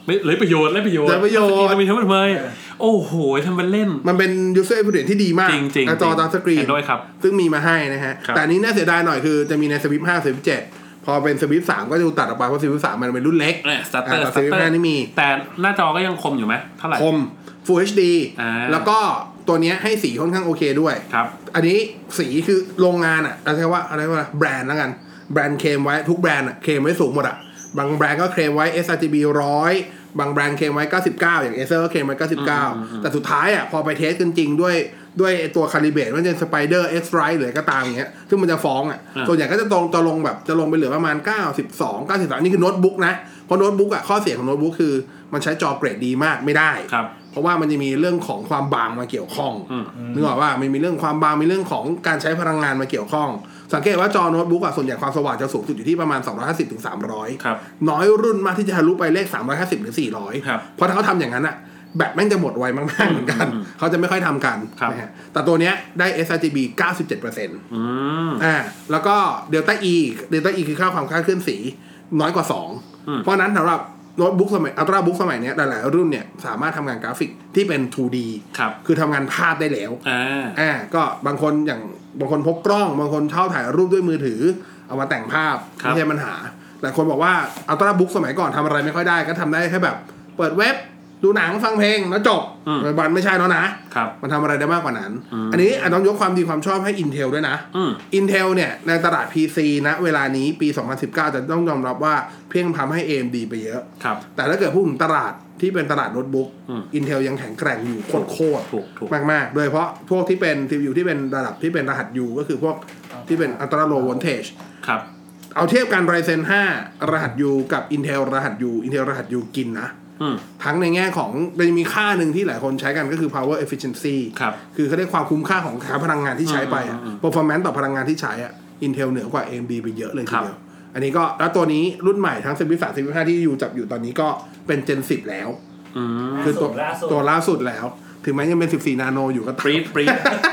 ไม่เลยประโยชน์เลยประโยชน์เลยประโยชน์มีทั้งหมดเลยโอ้โหทำเป็นเล่นมันเป็น user experience ที่ดีมากจอตาสกรีนด้วยครับซึ่งมีมาให้นะฮะแต่นี้น่าเสียดายหน่อยคือจะมีใน Swift ห้า Swift เจ็ดพอเป็น Swift สามก็จะตัดออกไปเพราะ Swift สามมันเป็นรุ่นเล็กเนี่ย Starter แต่ Swift ห้านี่มีแต่หน้าจอก็ยังคมอยู่ไหมเท่าไหร่คม Full เอช ดี แล้วก็ตัวนี้ให้สีค่อนข้างโอเคด้วยครับอันนี้สีคือโรงงานอ่ะเราใช้ว่าอะไรว่าแบรนด์แล้วกันแบรนด์เคลมไว้ทุกแบรนด์อ่ะเคลมไว้สูงหมดอ่ะบางแบรนด์ก็เคลมไว้ เอส อาร์ จี บี หนึ่งร้อยบางแบรนด์เคลมไว้เก้าสิบเก้าอย่าง Acer ก็เคลมไว้เก้าสิบเก้าแต่สุดท้ายอ่ะพอไปเทสจริงๆด้วยด้วยตัวคาลิเบรตว่าจะ Spider X-Rite หรือก็ตามอย่างเงี้ยซึ่งมันจะฟ้องอ่ะส่วนใหญ่ก็จะตรงจะลงแบบจะลงไปเหลือประมาณเก้าสิบสอง เก้าสิบสามนี่คือโน้ตบุ๊กนะเพราะโน้ตบุ๊กอ่ะข้อเสียของโน้ตบุ๊กคือมันใช้จอเกรดดีมากไม่ได้เพราะว่ามันจะมีเรื่องของความบางมาเกี่ยวข้องนึกออกว่ามันมีเรื่องความบางมีเรื่องของการใช้พลังงานมาเกี่ยวข้องสังเกตว่าจอโน้ตบุ๊กอ่ะส่วนใหญ่ความสว่างจะสูงสุดอยู่ที่ประมาณสองร้อยห้าสิบถึงสามร้อยครับน้อยรุ่นมากที่จะทะลุไปเลขสามร้อยห้าสิบหรือสี่ร้อยครับเพราะถ้าเขาทำอย่างนั้นอ่ะแบตแม่งจะหมดไวมากๆเหมือนกันเขาจะไม่ค่อยทำกันนะฮะแต่ตัวเนี้ยได้ เอส อาร์ จี บี เก้าสิบเจ็ดเปอร์เซ็นต์อืมอ่าแล้วก็ Delta E Delta E คือค่าความคลาดเคลื่อนสีน้อยกว่าสองเพราะนั้นสำหรับโน้ตบุ๊กสมัยอัลตร้าบุ๊กสมัยนี้หลายๆรุ่นเนี่ยสามารถทำงานกราฟิกที่เป็น ทู ดีครับคือทำงานภาพได้แล้วอ่าอ่าก็บางคนอย่างบางคนพกกล้องบางคนชอบถ่ายรูปด้วยมือถือเอามาแต่งภาพไม่ใช่ปัญหาหลายคนบอกว่าอัลตร้าบุ๊กสมัยก่อนทำอะไรไม่ค่อยได้ก็ทำได้แค่แบบเปิดเว็บดูหนังฟังเพลงแล้วจบมันไม่ใช่แล้วนะครับมันทำอะไรได้มากกว่านั้น อ, อันนี้อาจต้องยกความดีความชอบให้ Intel ด้วยนะ Intel เนี่ยในตลาด พี ซี นะเวลานี้ปีสองพันสิบเก้าจะต้องยอมรับว่าเพียงทำให้ เอ เอ็ม ดี ไปเยอะแต่ถ้าเกิดพูดถึงตลาดที่เป็นตลาดโน้ตบุ๊ก Intel ยังแข็งแกร่งอยู่โคตรๆมากๆโดยเฉพาะพวกที่เป็น ซี พี ยู ที่เป็นระดับที่เป็นรหัส U ก็คือพวกที่เป็น Ultra Low Voltage ครับเอาเทียบกัน Ryzen ห้ารหัส U กับ Intel รหัส U Intel รหัส U กินนะทั้งในแง่ของมันจะมีค่าหนึ่งที่หลายคนใช้กันก็คือ power efficiency ครับคือเขาได้ความคุ้มค่าของค่าพลังงานที่ใช้ไปอ่ะ performance ต่อพลังงานที่ใช้อ่ะ Intel เหนือกว่า เอ เอ็ม ดี ไปเยอะเลยทีเดียวอันนี้ก็แล้วตัวนี้รุ่นใหม่ทั้ง Swift สาม Swift ห้าที่อยู่จับอยู่ตอนนี้ก็เป็น Gen สิบแล้วคือตัวตัวล่าสุดแล้วถึงแม้ยังเป็นสิบสี่นาโนอยู่ก็ปรี๊ดปรี๊ด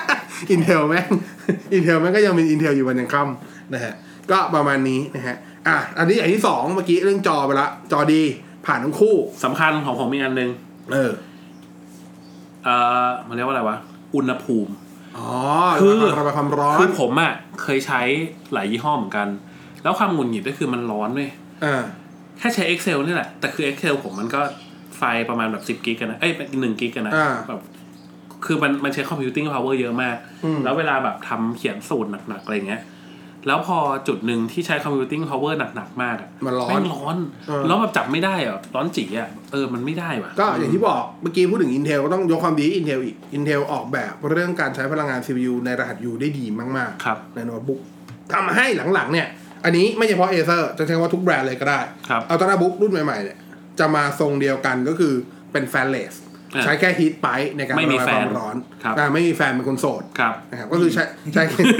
Intel แม่ง Intel แม่งก็ยังเป็น Intel อยู่วันยังค่ำนะฮะก็ประมาณนี้นะฮะอ่ะอันนี้อันที่สองเมื่อกี้เรื่องจอไปละจอดีผ่านทั้งคู่สำคัญของผมมีอันนึงเออเอ่อมันเรียกว่าอะไรวะอุณหภูมิอ๋อคือระบายความร้อนคือผมอ่ะเคยใช้หลายยี่ห้อเหมือนกันแล้วความหงุดหงิดก็คือมันร้อนเว้ยอ่าแค่ใช้ Excel นี่แหละแต่คือ Excel ผมมันก็ไฟล์ประมาณแบบสิบกิกะนะเอ้ยหนึ่งกิกะนะแบบคือมันมันใช้ computing power เยอะมากแล้วเวลาแบบทำเขียนสูตรหนักๆอะไรเงี้ยแล้วพอจุดหนึ่งที่ใช้ computing power หนักๆมากอ่ะมันร้อนแม่งร้อนแล้วแบบจับไม่ได้อ่ะร้อนจีอ่ะเออมันไม่ได้ว่ะก็อย่างที่บอกเมื่อกี้พูดถึง Intel ก็ต้องยกความดี Intel อีก Intel ออกแบบเรื่องการใช้พลังงาน ซี พี ยู ในรหัส U ได้ดีมากๆในโน้ตบุ๊กทำให้หลังๆเนี่ยอันนี้ไม่เฉพาะ Acer จะใช้ว่าทุกแบรนด์เลยก็ได้เอาตัวหน้าบุ๊กรุ่นใหม่ๆเนี่ยจะมาทรงเดียวกันก็คือเป็น fanlessใช้แค่ฮีทไปในการระบายความร้อนไม่มีแฟนเป็นคนโสดนะครับก็คือใช้ใช้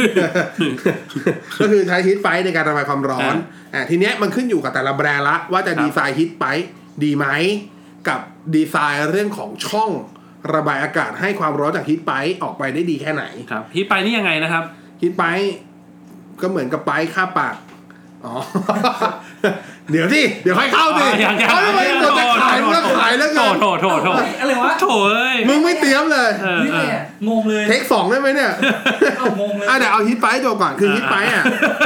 ก็คือใช้ฮีทไปในการระบายความร้อนอ่าทีเนี้ยมันขึ้นอยู่กับแต่ละแบรนด์ละว่าจะดีไซน์ฮีทไปดีไหมกับดีไซน์เรื่องของช่องระบายอากาศให้ความร้อนจากฮีทไปออกไปได้ดีแค่ไหนครับฮีทไปนี่ยังไงนะครับฮีทไปก็เหมือนกับไปค่าปากอ๋อเดี๋ยวสิเดี๋ยวให้เข้าสิเขาทำไมตัวจะขายมันก็ขายแล้วเกินโถโถโถอะไรวะโถเอ้ยมึงไม่เตรียมเลยนี่ไงงงเลยเทคสองได้ไหมเนี่ยเอางงเลยอ่ะเดี๋ยวเอาฮิตไปตัวก่อนคือฮิตไปอ่ะ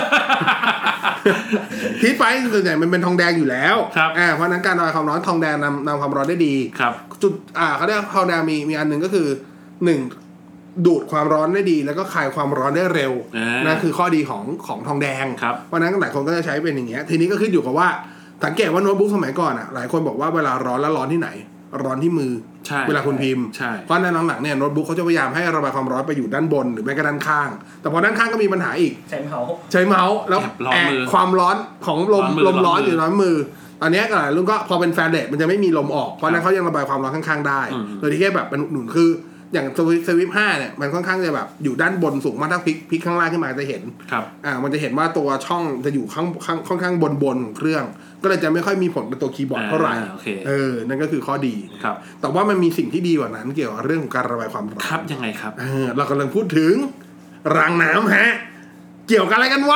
ฮิตไปส่วนใหญ่มันเป็นทองแดงอยู่แล้วอ่าเพราะนั้นการระบายความร้อนทองแดงนำนำความร้อนได้ดีจุดอ่าเขาเรียกทองแดงมีมีอันหนึ่งก็คือหนึ่งดูดความร้อนได้ดีแล้วก็คายความร้อนได้เร็วนั่นคือข้อดีของของทองแดงเพราะนั้นหลายคนก็จะใช้เป็นอย่างเงี้ยทีนี้ก็ขึ้นอยู่กับว่าสังเกตว่าโน้ตบุ๊กสมัยก่อนอ่ะหลายคนบอกว่าเวลาร้อนแล้วร้อนที่ไหนร้อนที่มือเวลาคุณพิมพ์เพราะในหลังๆเนี่ยโน้ตบุ๊กเขาจะพยายามให้ระบายความร้อนไปอยู่ด้านบนหรือแม้กระทั่งด้านข้างแต่พอด้านข้างก็มีปัญหาอีกใช้เมาส์ใช้เมาส์แล้วแอบความร้อนของลมลมร้อนอยู่ร้อนมือตอนนี้หลายรุ่นก็พอเป็นแฟนเลสมันจะไม่มีลมออกเพราะนั้นเขายังระบายความร้อนข้างๆได้โดยที่แค่แบบเป็นหนุนคืออย่างสวิฟสวิฟห้าเนี่ยมันค่อนข้างจะแบบอยู่ด้านบนสูงมากถ้าพลิกพลิกข้างล่างขึ้นมาจะเห็นครับอ่ามันจะเห็นว่าตัวช่องจะอยู่ข้างข้างค่อนข้างบนบนของเครื่องก็เลยจะไม่ค่อยมีผลกับตัวคีย์บอร์ดเท่าไหร่เออนั่นก็คือข้อดีครับแต่ว่ามันมีสิ่งที่ดีกว่านั้นเกี่ยวกับเรื่องของการระบายความร้อนครับยังไงครับเออเรากำลังพูดถึงรางน้ำฮะเกี่ยวกับอะไรกันวะ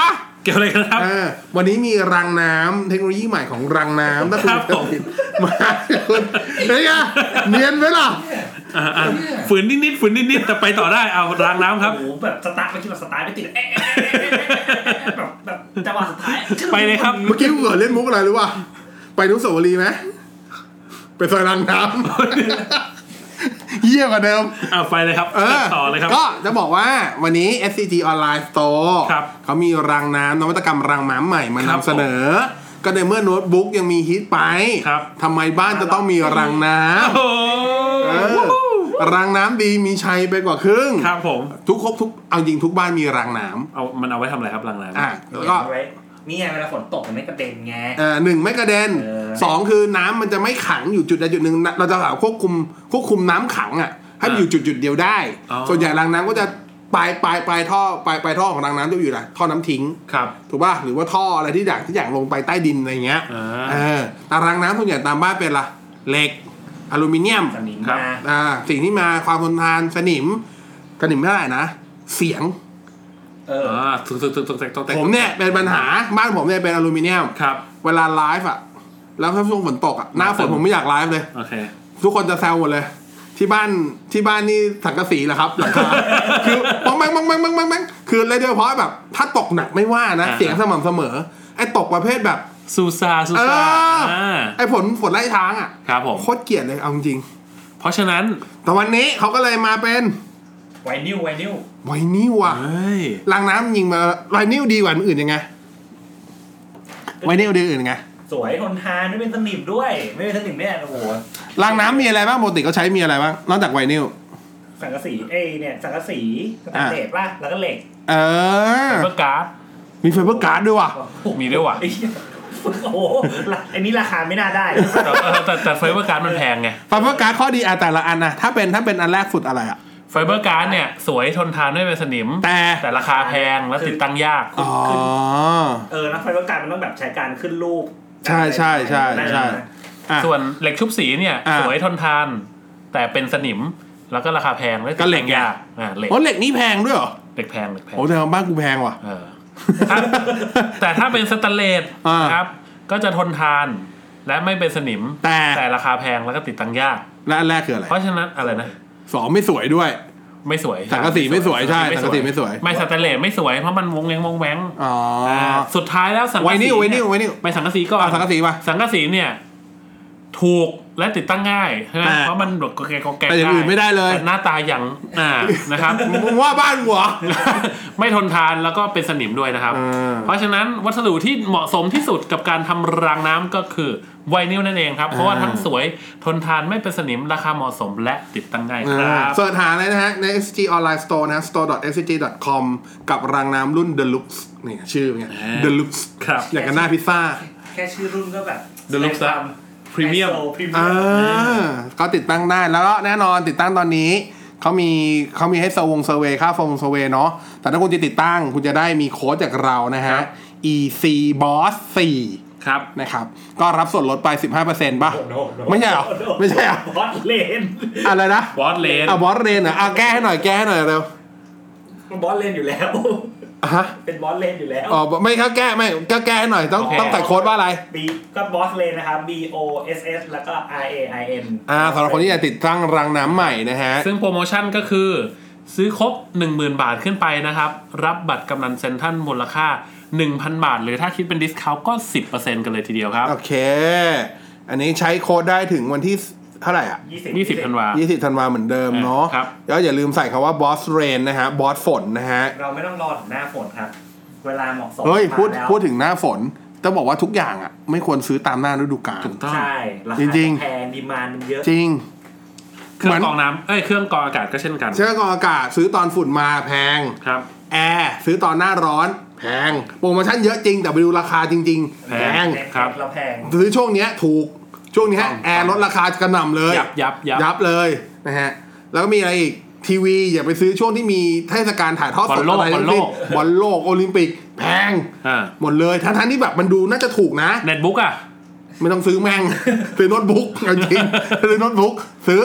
เกี่ยวอะไรกันครับวันนี้มีรางน้ำเทคโนโลยีใหม่ของรางน้ำถ้าคุณมาคุณเฮ้ยเนียนไหมล่ะฝืนนิดๆฝืนนิดๆแต่ไปต่อได้เอารางน้ำครับโอ้โหแบบสตาร์ทไม่คิดว่าสตาร์ทไม่ติดแบบแบบจังหวะสุดท้ายไปเลยครับเมื่อกี้กูเล่นมุกอะไรรู้ป่ะไปนุสาวรีย์ไหมไปซอยรางน้ำเยี่ยกว่าเดิมอ่าไปเลยครับต่อเลยครับก็จะบอกว่าวันนี้ เอส ซี จี Online Store เขามีรางน้ำนวัตกรรมรางน้ำใหม่มานำเสนอก็ในเมื่อโน้ตบุ๊กยังมีฮิตไปทำไมบ้านจะต้องมีรางน้ำรางน้ำดีมีชัยไปกว่าครึ่งครับผมทุกครบทุกเอาจริงทุกบ้านมีรางน้ำเอามันเอาไว้ทำอะไรครับรางน้ำอ่ะแล้วก็นี่ไงเวลาฝนตกมันไม่กระเด็นไงอ่าหนึ่งไม่กระเด็นสองคือน้ำมันจะไม่ขังอยู่จุดใดจุดหนึ่งเราจะหาควบคุมควบคุมน้ำขังอ่ะให้อยู่จุดจุดเดียวได้ส่วนใหญ่รางน้ำก็จะปลายปลายปลายท่อปลายปลายท่อของรางน้ำจะอยู่ไหนท่อน้ำทิ้งครับถูกป่ะหรือว่าท่ออะไรที่อยากที่อยากลงไปใต้ดินอะไรเงี้ยเออแต่รางน้ำส่วนใหญ่ตามบ้านเป็นละเหล็กอลูมิเนียมครับอ่าสิ่งที่มาความทนทานสนิมสนิมเท่าไหร่นะเสียงเออถูกถูกถูกถูกถูกผมเนี่ยเป็นปัญหาบ้านผมเนี่ยเป็นอลูมิเนียมครับเวลาไลฟ์อ่ะแล้วถ้าช่วงฝนตกอ่ะหน้าฝนผมไม่อยากไลฟ์เลยโอเคทุกคนจะแซวหมดเลยที่บ้านที่บ้านนี่สังกะสีแหละครับหลังคาคือปังปังปังปังปังปังปังคือเลยโดยเฉพาะแบบถ้าตกหนักไม่ว่านะเสียงสม่ำเสมอไอ้ตกประเภทแบบซูซาซูซาไอ้ฝนฝนไล่ช้างอ่ะครับผมโคตรเกลียดเลยเอาจริงเพราะฉะนั้นแต่วันนี้เขาก็เลยมาเป็นไวนิลไวนิลไวนิลอ่ะรางน้ำยิงมาไวนิลดีกว่าอื่นยังไงไวนิลดีอื่นยังไงสวยทนทานไม่เป็นสนิมด้วยไม่เป็นสนิมเนี่ยโอ้โหรางน้ำมีอะไรบ้างปกติเขาใช้มีอะไรบ้างนอกจากไวนิลสังกะสีเอ้เนี่ยสังกะสีสแตนเลสป่ะแล้วก็เหล็กเออไฟเบอร์การ์ดมีไฟเบอร์การ์ดด้วยว่ะมีด้วยว่ะโอ้โหอันนี้ราคาไม่น่าได้แต่แต่ไฟเบอร์การ์ดมันแพงไงไฟเบอร์การ์ดข้อดีอ่ะแต่ละอันนะถ้าเป็นถ้าเป็นอันแรกสุดอะไรอ่ะไฟเบอร์การ์ดเนี่ยสวยทนทานไม่เป็นสนิมแต่แต่ราคาแพงแล้วติดตั้งยากอ๋อเออแล้วไฟเบอร์การ์ดมันต้องแบบใช้การขึ้นรูปใช่ใช่ใช่ใช่ส่วนเหล็กชุบสีเนี่ยสวยทนทานแต่เป็นสนิมแล้วก็ราคาแพงแล้วก็เหล็กยากอ่าเหล็กอ๋อเหล็กนี่แพงด้วยเหรอเหล็กแพงเหล็กแพงโอ้แต่บ้านกูแพงว่ะเออแต่ถ้าเป็นสแตนเลสครับก็จะทนทานและไม่เป็นสนิมแต่แต่ราคาแพงแล้วก็ติดตั้งยากและอันแรกคืออะไรเพราะฉะนั้นอะไรนะสองไม่สวยด้วยไม่สวยสังกะสีไม่สวยใช่สังกะสีไม่สวยไม่สแตนเลสไม่สวยเพราะมันวงเล็งวงแหวงอ๋อสุดท้ายแล้วสังกะสีไวนิลไวนิลไวนิลไม่สังกะสีก็สังกะสีป่ะสังกะสีเนี่ยถูกและติดตั้งง่ายใช่ไหมเพราะมันแบบก็แกก็แกแต่อย่างอื่นไม่ได้เลยหน้าตาอย่างอ่านะครับมึงว่าบ้านหัวไม่ทนทานแล้วก็เป็นสนิมด้วยนะครับเพราะฉะนั้นวัสดุที่เหมาะสมที่สุดกับการทำรางน้ำก็คือไวนิลนั่นเองครับเพราะว่าทั้งสวยทนทานไม่เป็นสนิมราคาเหมาะสมและติดตั้งง่ายครับเสิร์ชหาเลยนะฮะใน เอส จี Online Store นะ store dot s c g dot com กับรางน้ำรุ่น Deluxe นี่ชื่อไง Deluxe ครับอย่างกับหน้าพิซซ่าแค่ชื่อรุ่นก็แบบ Deluxe พรีเมียมอ่าก็ติดตั้งได้แล้วก็แน่นอนติดตั้งตอนนี้เขามีเขามีให้เซอร์วงเซอร์เวย์ค่าฟงเซอร์เวย์เนาะแต่ถ้าคุณจะติดตั้งคุณจะได้มีโค้ดจากเรานะฮะ อี ซี บอส สี่ครับนะครับก็รับส่วนลดไป สิบห้าเปอร์เซ็นต์ ป่ะไม่ใช่หรอไม่ใช่หรอบอสเลนอะไรนะบอสเลนอ่ะบอสเลนอ่ะอ่ะแก้ให้หน่อยแก้ให้หน่อยเร็วมันบอสเลนอยู่แล้วฮะเป็นบอสเลนอยู่แล้วอ๋อไม่เขาแก้ไม่ก็แก้ให้หน่อยต้องต้องใส่โค้ดว่าอะไร B ก็บอสเลนนะครับ B O S S แล้วก็ R A I N อ่าสำหรับคนที่จะติดตั้งรางน้ำใหม่นะฮะซึ่งโปรโมชั่นก็คือซื้อครบ หนึ่งหมื่น บาทขึ้นไปนะครับรับบัตรกำนันเซ็นทรัลมูลค่า หนึ่งพัน บาทหรือถ้าคิดเป็นดิสเคาท์ก็ สิบเปอร์เซ็นต์ กันเลยทีเดียวครับโอเคอันนี้ใช้โค้ดได้ถึงวันที่เท่าไหร่อ่ะยี่สิบธันวายี่สิบธันวาเหมือนเดิมเนาะแล้วอย่าลืมใส่คำว่า boss rain นะฮะ boss ฝนนะฮะเราไม่ต้องรอถึงหน้าฝนครับเวลาเหมาะสมเฮ้ยพูดพูดถึงหน้าฝนต้องบอกว่าทุกอย่างอ่ะไม่ควรซื้อตามหน้าฤดูกาลถูกต้องใช่ราคาแพงดีมานด์มันเยอะจริงเครื่องกรองน้ำเอ้ยเครื่องกรองอากาศก็เช่นกันเครื่องกรองอากาศซื้อตอนฝุ่นมาแพงครับแอร์ซื้อตอนหน้าร้อนแพงโปรโมชั่นเยอะจริงแต่ไปดูราคาจริงๆแพงครับเราแพงซื้อช่วงเนี้ยถูกช่วงนี้แอร์ลดราคากระหน่ำเลยยับยับยับเลยนะฮะแล้วก็มีอะไรอีกทีวีอย่าไปซื้อช่วงที่มีเทศกาลถ่ายทอดสดอะไรทั้งสิ้นบอลโลกโอลิมปิกแพงหมดเลยทั้งๆที่แบบมันดูน่าจะถูกนะเน็ตบุ๊กอ่ะไม่ต้องซื้อแม่งซื้อโน้ตบุ๊กจริงซื้อโน้ตบุ๊กซื้อ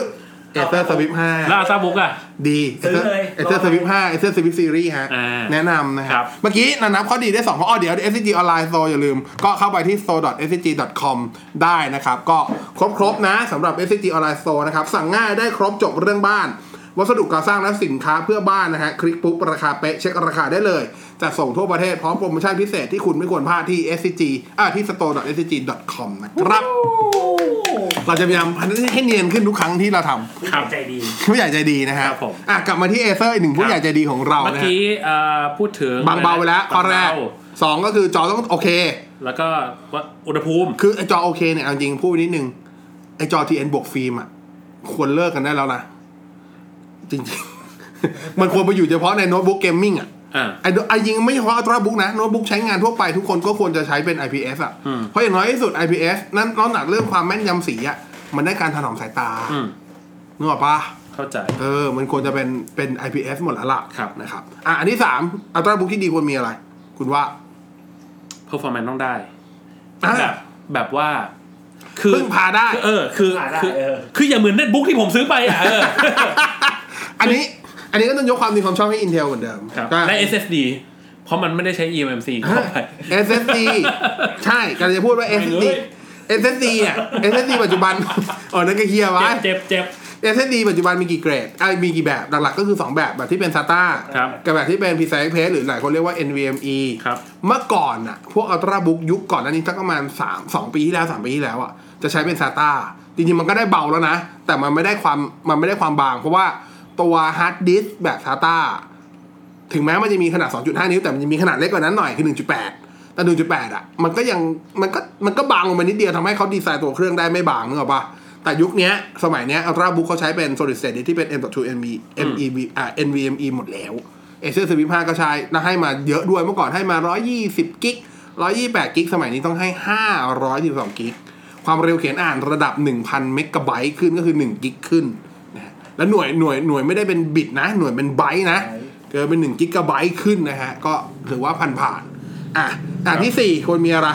Acer Swift ห้าแล้ว Ultrabook อ่ะดีซื้อเลย Acer Swift ห้า Acer Swift Series ฮะแนะนำนะครับเมื่อกี้นับข้อดีได้สองข้ออ้อเดี๋ยว เอส ซี จี Online Store อย่าลืมก็เข้าไปที่ โซ ดอท เอส ซี จี ดอท คอม ได้นะครับก็ครบๆนะสำหรับ เอส ซี จี Online Store นะครับสั่งง่ายได้ครบจบเรื่องบ้านวัสดุก่อสร้างและสินค้าเพื่อบ้านนะฮะคลิกปุ๊บราคาเป๊ะเช็คราคาได้เลยจะส่งทั่วประเทศพร้อมโปรโมชั่นพิเศษที่คุณไม่ควรพลาดที่ เอส ซี จี อ่าที่ โซ ดอท เอส ซี จี ดอท คอม นะครับเราจะพยายามให้เนียนขึ้นทุกครั้งที่เราทำผู้ใหญ่ใจดีผู้ใหญ่ใจดีนะครับอ่ะกลับมาที่ Acer อีกหนึ่งผู้ใหญ่ใจดีของเรานะเมื่อกี้พูดถึงบางเบาไปแล้วข้อแรกสองก็คือจอต้องโอเคแล้วก็อุณหภูมิคือไอจอโอเคเนี่ยจริงพูดนิดนึงไอจอ ที เอ็น บวกฟิล์มอ่ะควรเลิกกันได้แล้วนะจริงๆมันควรไปอยู่เฉพาะในโน้ตบุ๊กเกมมิ่งอ่ะไอ้ไอ้ยิงไม่เฉพาะอัลตร้าบุ๊กนะโน้ตบุ๊กใช้งานทั่วไปทุกคนก็ควรจะใช้เป็น ไอ พี เอส อ่ะเพราะอย่างน้อยที่สุด ไอ พี เอส นั้นนอกจากเรื่องความแม่นยำสีอ่ะมันได้การถนอมสายตานึกออกปะเข้าใจเออมันควรจะเป็นเป็น ไอ พี เอส หมดแล้วล่ะนะครับอ่ะอันที่สามอัลตร้าบุ๊กที่ดีควรมีอะไร คุณว่า performance ต้องได้แบบแบบว่าคือพึ่งพาได้เออคือคือคืออย่าเหมือนเน็ตบุ๊กที่ผมซื้อไปอ่ะอันนี้อันนี้ก็ต้องยกความดีความชอบให้ Intel เหมือนเดิมและ เอส เอส ดี เพราะมันไม่ได้ใช้ อี เอ็ม เอ็ม ซี เข้าไปเอส เอส ดี ใช่กำลังจะพูดว่า เอส เอส ดี เอส เอส ดี เนี่ย เอส เอส ดี ปัจจุบันอ๋อนั่นก็เฮียวะเจ็บเจ็บเอส เอส ดี ปัจจุบันมีกี่เกรดอ่ะมีกี่แบบหลักๆก็คือสองแบบแบบที่เป็น ซา ที เอ กับแบบที่เป็น พี ซี ไอ Express หรือหลายคนเรียกว่า เอ็น วี เอ็ม อีครับเมื่อก่อนน่ะพวก Ultrabook ยุคก่อนนั้นนี้สักประมาณสาม สองปีที่แล้วสามปีที่แล้วอ่ะจะใช้เป็น ซา ที เอ จริงๆมันก็ได้เบาแล้วนะแต่มันไม่ได้ความมันไม่ได้ความบางเพราะว่าตัวฮาร์ดดิสก์แบบ ซา ที เอ ถึงแม้มันจะมีขนาด สองจุดห้า นิ้วแต่มันจะมีขนาดเล็กกว่านั้นหน่อยคือ หนึ่งจุดแปด แต่ หนึ่งจุดแปด อ่ะมันก็ยังมันก็มันก็บางลงมานิดเดียวทำให้เขาดีไซน์ตัวเครื่องได้ไม่บางนึกออกปะแต่ยุคนี้สมัยนี้ Ultrabook เขาใช้เป็น Solid State ที่เป็น เอ็ม ดอท ทู เอ็น วี เอ็ม อี วี อ่า เอ็น วี เอ็ม อี หมดแล้ว Acer Swift ห้าก็ใช้แล้วให้มาเยอะด้วยเมื่อก่อนให้มาหนึ่งร้อยยี่สิบกิกหนึ่งร้อยยี่สิบแปดกิกสมัยนี้ต้องให้ห้าร้อยสิบสองกิกความเร็วเขียนอ่านระดับ หนึ่งพัน เมกะไบต์ขึ้นก็คือหนึ่งกิกขึ้นนะแล้วหน่วยหน่วยหน่วยไม่ได้เป็นบิตนะหน่วยเป็นไบต์นะเกิดเป็นหนึ่งกิกะไบต์ขึ้นนะฮะก็ถือว่าผ่านผ่านอ่ะอ่ะที่สี่ควรมีอะไร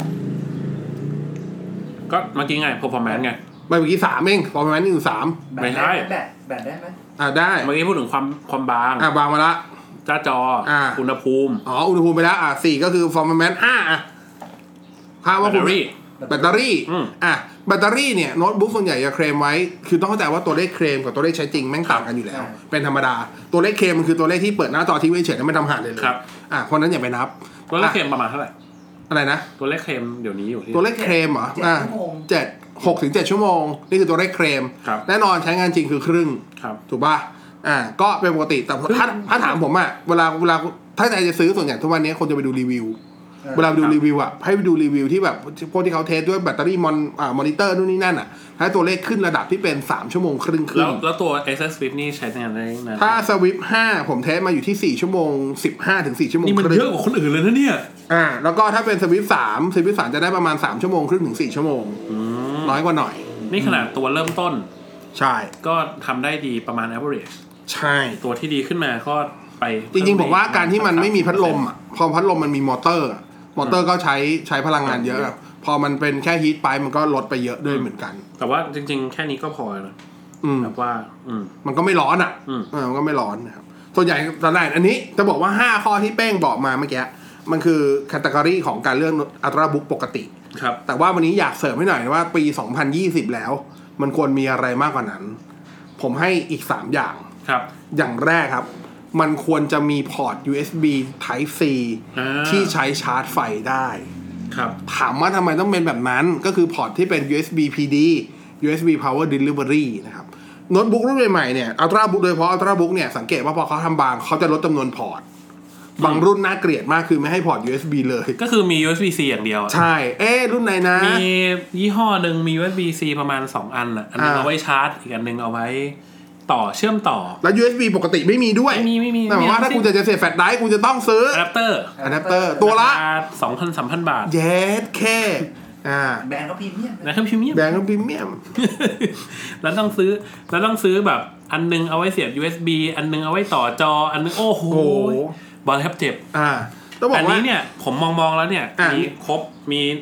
ก็เมื่อกี้ไง performance ไงเมื่อกี้สามเองperformanceนี่อยู่สามไม่ใช่แบตแบตได้ไหมอ่ะได้เมื่อกี้พูดถึงความความบางอ่ะบางมาละจ้าจออ่ะอุณหภูมิอ๋ออุณหภูมิไปแล้วอ่ะสี่ก็คือ performance ห้าอ่ะค่าว่าคุณแบตเตอรี่อ่ะแบตเตอรี่เนี่ยโน้ตบุ๊กส่วนใหญ่จะเคลมไว้คือต้องเข้าใจว่าตัวเลขเคลมกับตัวเลขใช้จริงแม่งต่างกันอยู่แล้วเป็นธรรมดาตัวเลขเคลมมันคือตัวเลขที่เปิดหน้าจอทิ้งไว้เฉยๆแล้วไม่ทำหาเลยเลยอ่ะเพราะนั้นอย่าไปนับตัวเลขเคลมประมาณเท่าไหร่อะไรนะตัวเลขเคลมเดี๋ยวนี้อยู่ที่ตัวเลขเคลมเหรออ่ะเจ็ดหกถึงเจ็ดชั่วโมงนี่คือตัวเลขเคลมแน่นอนใช้งานจริงคือครึ่งถูกป่ะอ่าก็เป็นปกติแต่ถ้าถ้าถามผมอ่ะเวลาเวลาถ้าใครจะซื้อส่วนใหญ่ทุกวันนี้คนจะไปดูรีวิวเวลาดูรีวิวอ่ะให้ไปดูรีวิวที่แบบพวกที่เขาเทสด้วยแบตเตอรี่มอนอ่ามอนิเตอร์นู่นนี่นั่นอ่ะให้ตัวเลขขึ้นระดับที่เป็นสามชั่วโมงครึ่งขึ้นแล้วแล้วตัว Acer Swift นี่ใช้งานได้นานถ้า Swift ห้าผมเทสมาอยู่ที่สี่ชั่วโมงสิบห้าถึงสี่ชั่วโมงนี่มันเยอะกว่าคนอื่นเลยนะเนี่ยอ่าแล้วก็ถ้าเป็น Swift สาม Swift สามจะได้ประมาณสามชั่วโมงครึ่งถึงสี่ชั่วโมงน้อยกว่าหน่อยนี่ขนาดตัวเริ่มต้นใช่ก็ทำได้ดีประมาณ average ใช่ตัวที่ดีขึ้นมาก็ไปจริงๆบอกว่าการที่มันไม่มีพัดลมอ่ะพอพัดลมมันมีมอเตอร์มอเตอร์ก็ใช้ใช้พลังงานเยอะพอมันเป็นแค่ฮีทไปมันก็ลดไปเยอะด้วยเหมือนกันแต่ว่าจริงๆแค่นี้ก็พอนะแบบว่ามันก็ไม่ร้อนอ่ะเออมันก็ไม่ร้อนนะครับส่วนใหญ่ตอนแรกอันนี้จะบอกว่าห้าข้อที่เป้งบอกมาเมื่อกี้มันคือแคตตากรีของการเลือกอัลตร้าบุ๊กปกติครับแต่ว่าวันนี้อยากเสริมให้หน่อยว่าปีสองพันยี่สิบแล้วมันควรมีอะไรมากกว่านั้นผมให้อีกสามอย่างครับอย่างแรกครับมันควรจะมีพอร์ต ยู เอส บี Type C ที่ใช้ชาร์จไฟได้ครับถามว่าทำไมต้องเป็นแบบนั้นก็คือพอร์ตที่เป็น ยู เอส บี พี ดี ยู เอส บี Power Delivery นะครับโน้ตบุ๊กรุ่นใหม่ๆเนี่ย Ultrabook โดยเฉพาะ Ultrabook เนี่ยสังเกตว่าพอเขาทำบางเขาจะลดจำนวนพอร์ตบางรุ่นน่าเกลียดมากคือไม่ให้พอร์ต ยู เอส บี เลยก็คือมี ยู เอส บี C อย่างเดียวใช่เอ๊ะรุ่นไหนนะมียี่ห้อนึงมี ยู เอส บี C ประมาณสองอันอ่ะอันนึงเอาไว้ชาร์จอีกอันนึงเอาไว้ต่อเชื่อมต่อแล้ว ยู เอส บี ปกติไม่มีด้วยไม่มีไม่มีแต่ว่าถ้าคุณจะจะเสียบแฟลชไดรฟ์คุณจะต้องซื้ออะแดปเตอร์อะแดปเตอร์ตัวละสองพัน สามพัน บาทเย็ดแค่อ่าแบรนด์ก็พรีเมียมแบรนด์ก็พรีเมียมแบรนด์ก็พรีเมียมแล้วต้องซื้อแล้วต้องซื้อแบบอันนึงเอาไว้เสียบ ยู เอส บี อันนึงเอาไว้ต่อจออันนึงโอ้โหบอลแทบเจ็บอ่าต้องบอกว่าอันนี้เนี่ยผมมองๆแล้วเนี่ยมีครบมี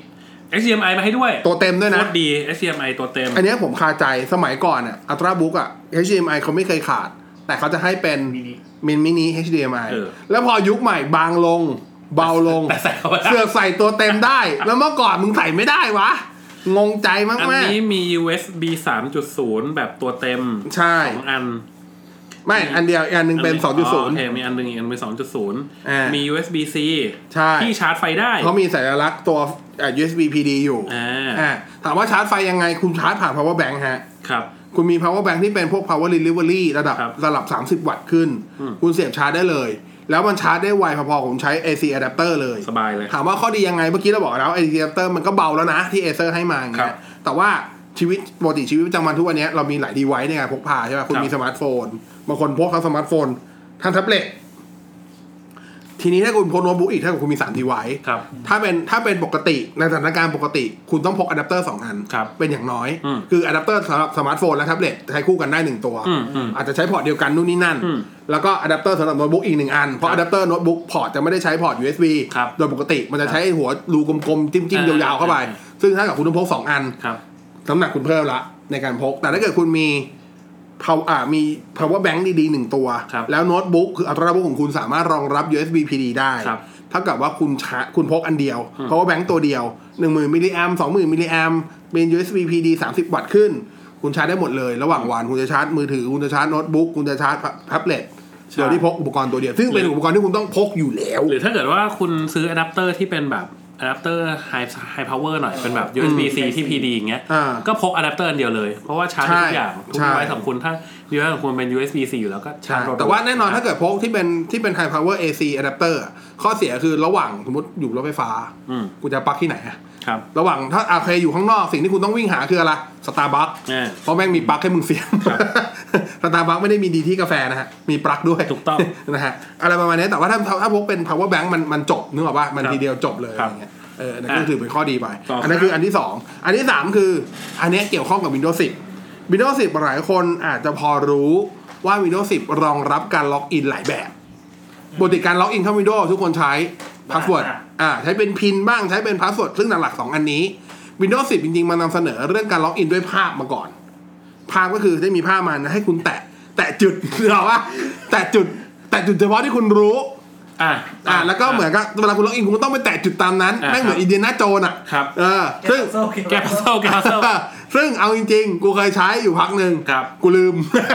เอช ดี เอ็ม ไอ มาให้ด้วยตัวเต็มด้วยนะโคตรดี เอช ดี เอ็ม ไอ ตัวเต็มอันนี้ผมคาใจสมัยก่อนอ่ะ Ultrabook อ่ะ เอช ดี เอ็ม ไอ เขาไม่เคยขาดแต่เขาจะให้เป็นมินมินิ เอช ดี เอ็ม ไอ แล้วพอยุคใหม่บางลงเบาลงเสือกใส่ตัวเต็มได้แล้วเมื่อก่อนมึงใส่ไม่ได้วะงงใจมากๆอันนี้มี ยู เอส บี สามจุดศูนย์ แบบตัวเต็มใช่สองอันไม่อันเดียวอันนึงเป็น สองจุดศูนย์โอเคมีอันนึงอีกอันเป็น สองจุดศูนย์ มี ยู เอส บี ซีใช่ที่ชาร์จไฟได้เขามีสัญลักษณ์ตัว ยู เอส บี พี ดี อยู่อ่าถามว่าชาร์จไฟยังไงคุณชาร์จผ่าน power bank ฮะครับคุณมี power bank ที่เป็นพวก power delivery ระดับระดับสามสิบวัตต์ขึ้นคุณเสียบชาร์จได้เลยแล้วมันชาร์จได้ไวพอๆผมใช้ เอ ซี adapter เลยสบายเลยถามว่าข้อดียังไงเมื่อกี้เราบอกแล้ว เอ ซี adapter มันก็เบาแล้วนะที่ Acer ให้มาอย่างเงี้ยแต่ว่าชีวิตปกติชีวิตประจำวันทุกวันนี้เรามีหลายดีไวซ์ในการพกพาใช่ป่ะคุณมีสมาร์ทโฟนบางคนพกทั้งสมาร์ทโฟนทั้งแท็บเล็ตทีนี้ถ้าคุณพกโน้ตบุ๊กอีกถ้าคุณมีสามดีไวซ์ถ้าเป็นถ้าเป็นปกติในสถานการณ์ปกติคุณต้องพกอะแดปเตอร์สองอันเป็นอย่างน้อยคืออะแดปเตอร์สำหรับสมาร์ทโฟนและแท็บเล็ตใช้คู่กันได้หนึ่งตัวอาจจะใช้พอร์ตเดียวกันนู่นนี่นั่นแล้วก็อะแดปเตอร์สำหรับโน้ตบุ๊กอีกหนึ่งอันเพราะอะแดปเตอร์โน้ตบุ๊กพอร์ตจะไม่ได้ใช้พอร์ต ยู เอส บี โดยปกติมันจะใช้หัวรูกลมๆจิ้มๆยาวๆเข้าไปซึ่งถ้ากับคุณต้องพกสองอันน้ำหนักคุณเพิ่มละในการพกแต่ถ้าเกิดคุณมีpower อ่ามี power bank ดีๆหนึ่งตัวแล้วโน้ตบุ๊กคือ ultrabook ของคุณสามารถรองรับ ยู เอส บี พี ดี ได้เท่ากับว่าคุณชาคุณพกอันเดียว power bank ตัวเดียว หนึ่งหมื่น มิลลิแอมป์ สองหมื่น มิลลิแอมป์เป็น ยู เอส บี พี ดี สามสิบ วัตต์ขึ้นคุณชาร์จได้หมดเลยระหว่างวันคุณจะชาร์จมือถือคุณจะชาร์จโน้ตบุ๊กคุณจะชาร์จแท็บเล็ตโดยที่พกอุปกรณ์ตัวเดียวซึ่งเป็นอุปกรณ์ที่คุณต้องพกอยู่แล้วหรือถ้าเกิดว่าคุณซื้ออะแดปเตอร์ที่เป็นแบบอะแดปเตอร์ high high power หน่อยเป็นแบบ ยู เอส บี ซี ที่ พี ดี อย่างเงี้ยก็พกอะแดปเตอร์อันเดียวเลยเพราะว่าชาร์จทุกอย่างทุกดีไวซ์ของคุณถ้าดีไวซ์ของคุณเป็น ยู เอส บี ซี อยู่แล้วก็ชาร์จแต่ว่าแน่นอนถ้าเกิดพกที่เป็นที่เป็น high power เอ ซี adapter ข้อเสียคือระหว่างสมมติอยู่รถไฟฟ้าคุณจะปลั๊กที่ไหนครับระหว่างถ้าโอเคอยู่ข้างนอกสิ่งที่คุณต้องวิ่งหาคืออะไร Starbucks เพราะแม่งมีปลั๊กให้มึงเสียบ Starbucks ไม่ได้มีดีที่กาแฟนะฮะมีปลั๊กด้วยถูกต้องนะฮะอะไรประมาณนี้แต่ว่าถ้าถ้าพกเป็น power bank มันมันจบนึกออกป่ะมันทีเดียวจบเลยอย่างเงี้ยเออนั่นก็ถือเป็นข้อดีไปอันนั้นคืออันที่สองอันที่สามคืออันนี้เกี่ยวข้องกับ Windows สิบ Windows สิบหลายคนอาจจะพอรู้ว่า Windows สิบรองรับการล็อกอินหลายแบบปกติการล็อกอินเข้า Windows ทุกคนใช้พาสเวิร์ดอ่าใช้เป็นพินบ้างใช้เป็นพาสเวิร์ดซึ่งหลักๆสองอันนี้ Windows สิบจริงๆมันนำเสนอเรื่องการล็อกอินด้วยภาพมาก่อนภาพก็คือจะมีภาพมันให้คุณแตะแตะจุดหรอว่าแตะจุดแตะจุดเฉพาะที่คุณรู้อ่าอ่าแล้วก็เหมือนกับเวลาคุณล็อกอินคุณก็ต้องไปแตะจุดตามนั้นไม่เหมือนอินเดียนาโจนอ่ะครับเออซึ่งแกพัซเซิลแกพัซเซิลซึ่งเอาจริงๆกูเคยใช้อยู่พักหนึ่งกูลืม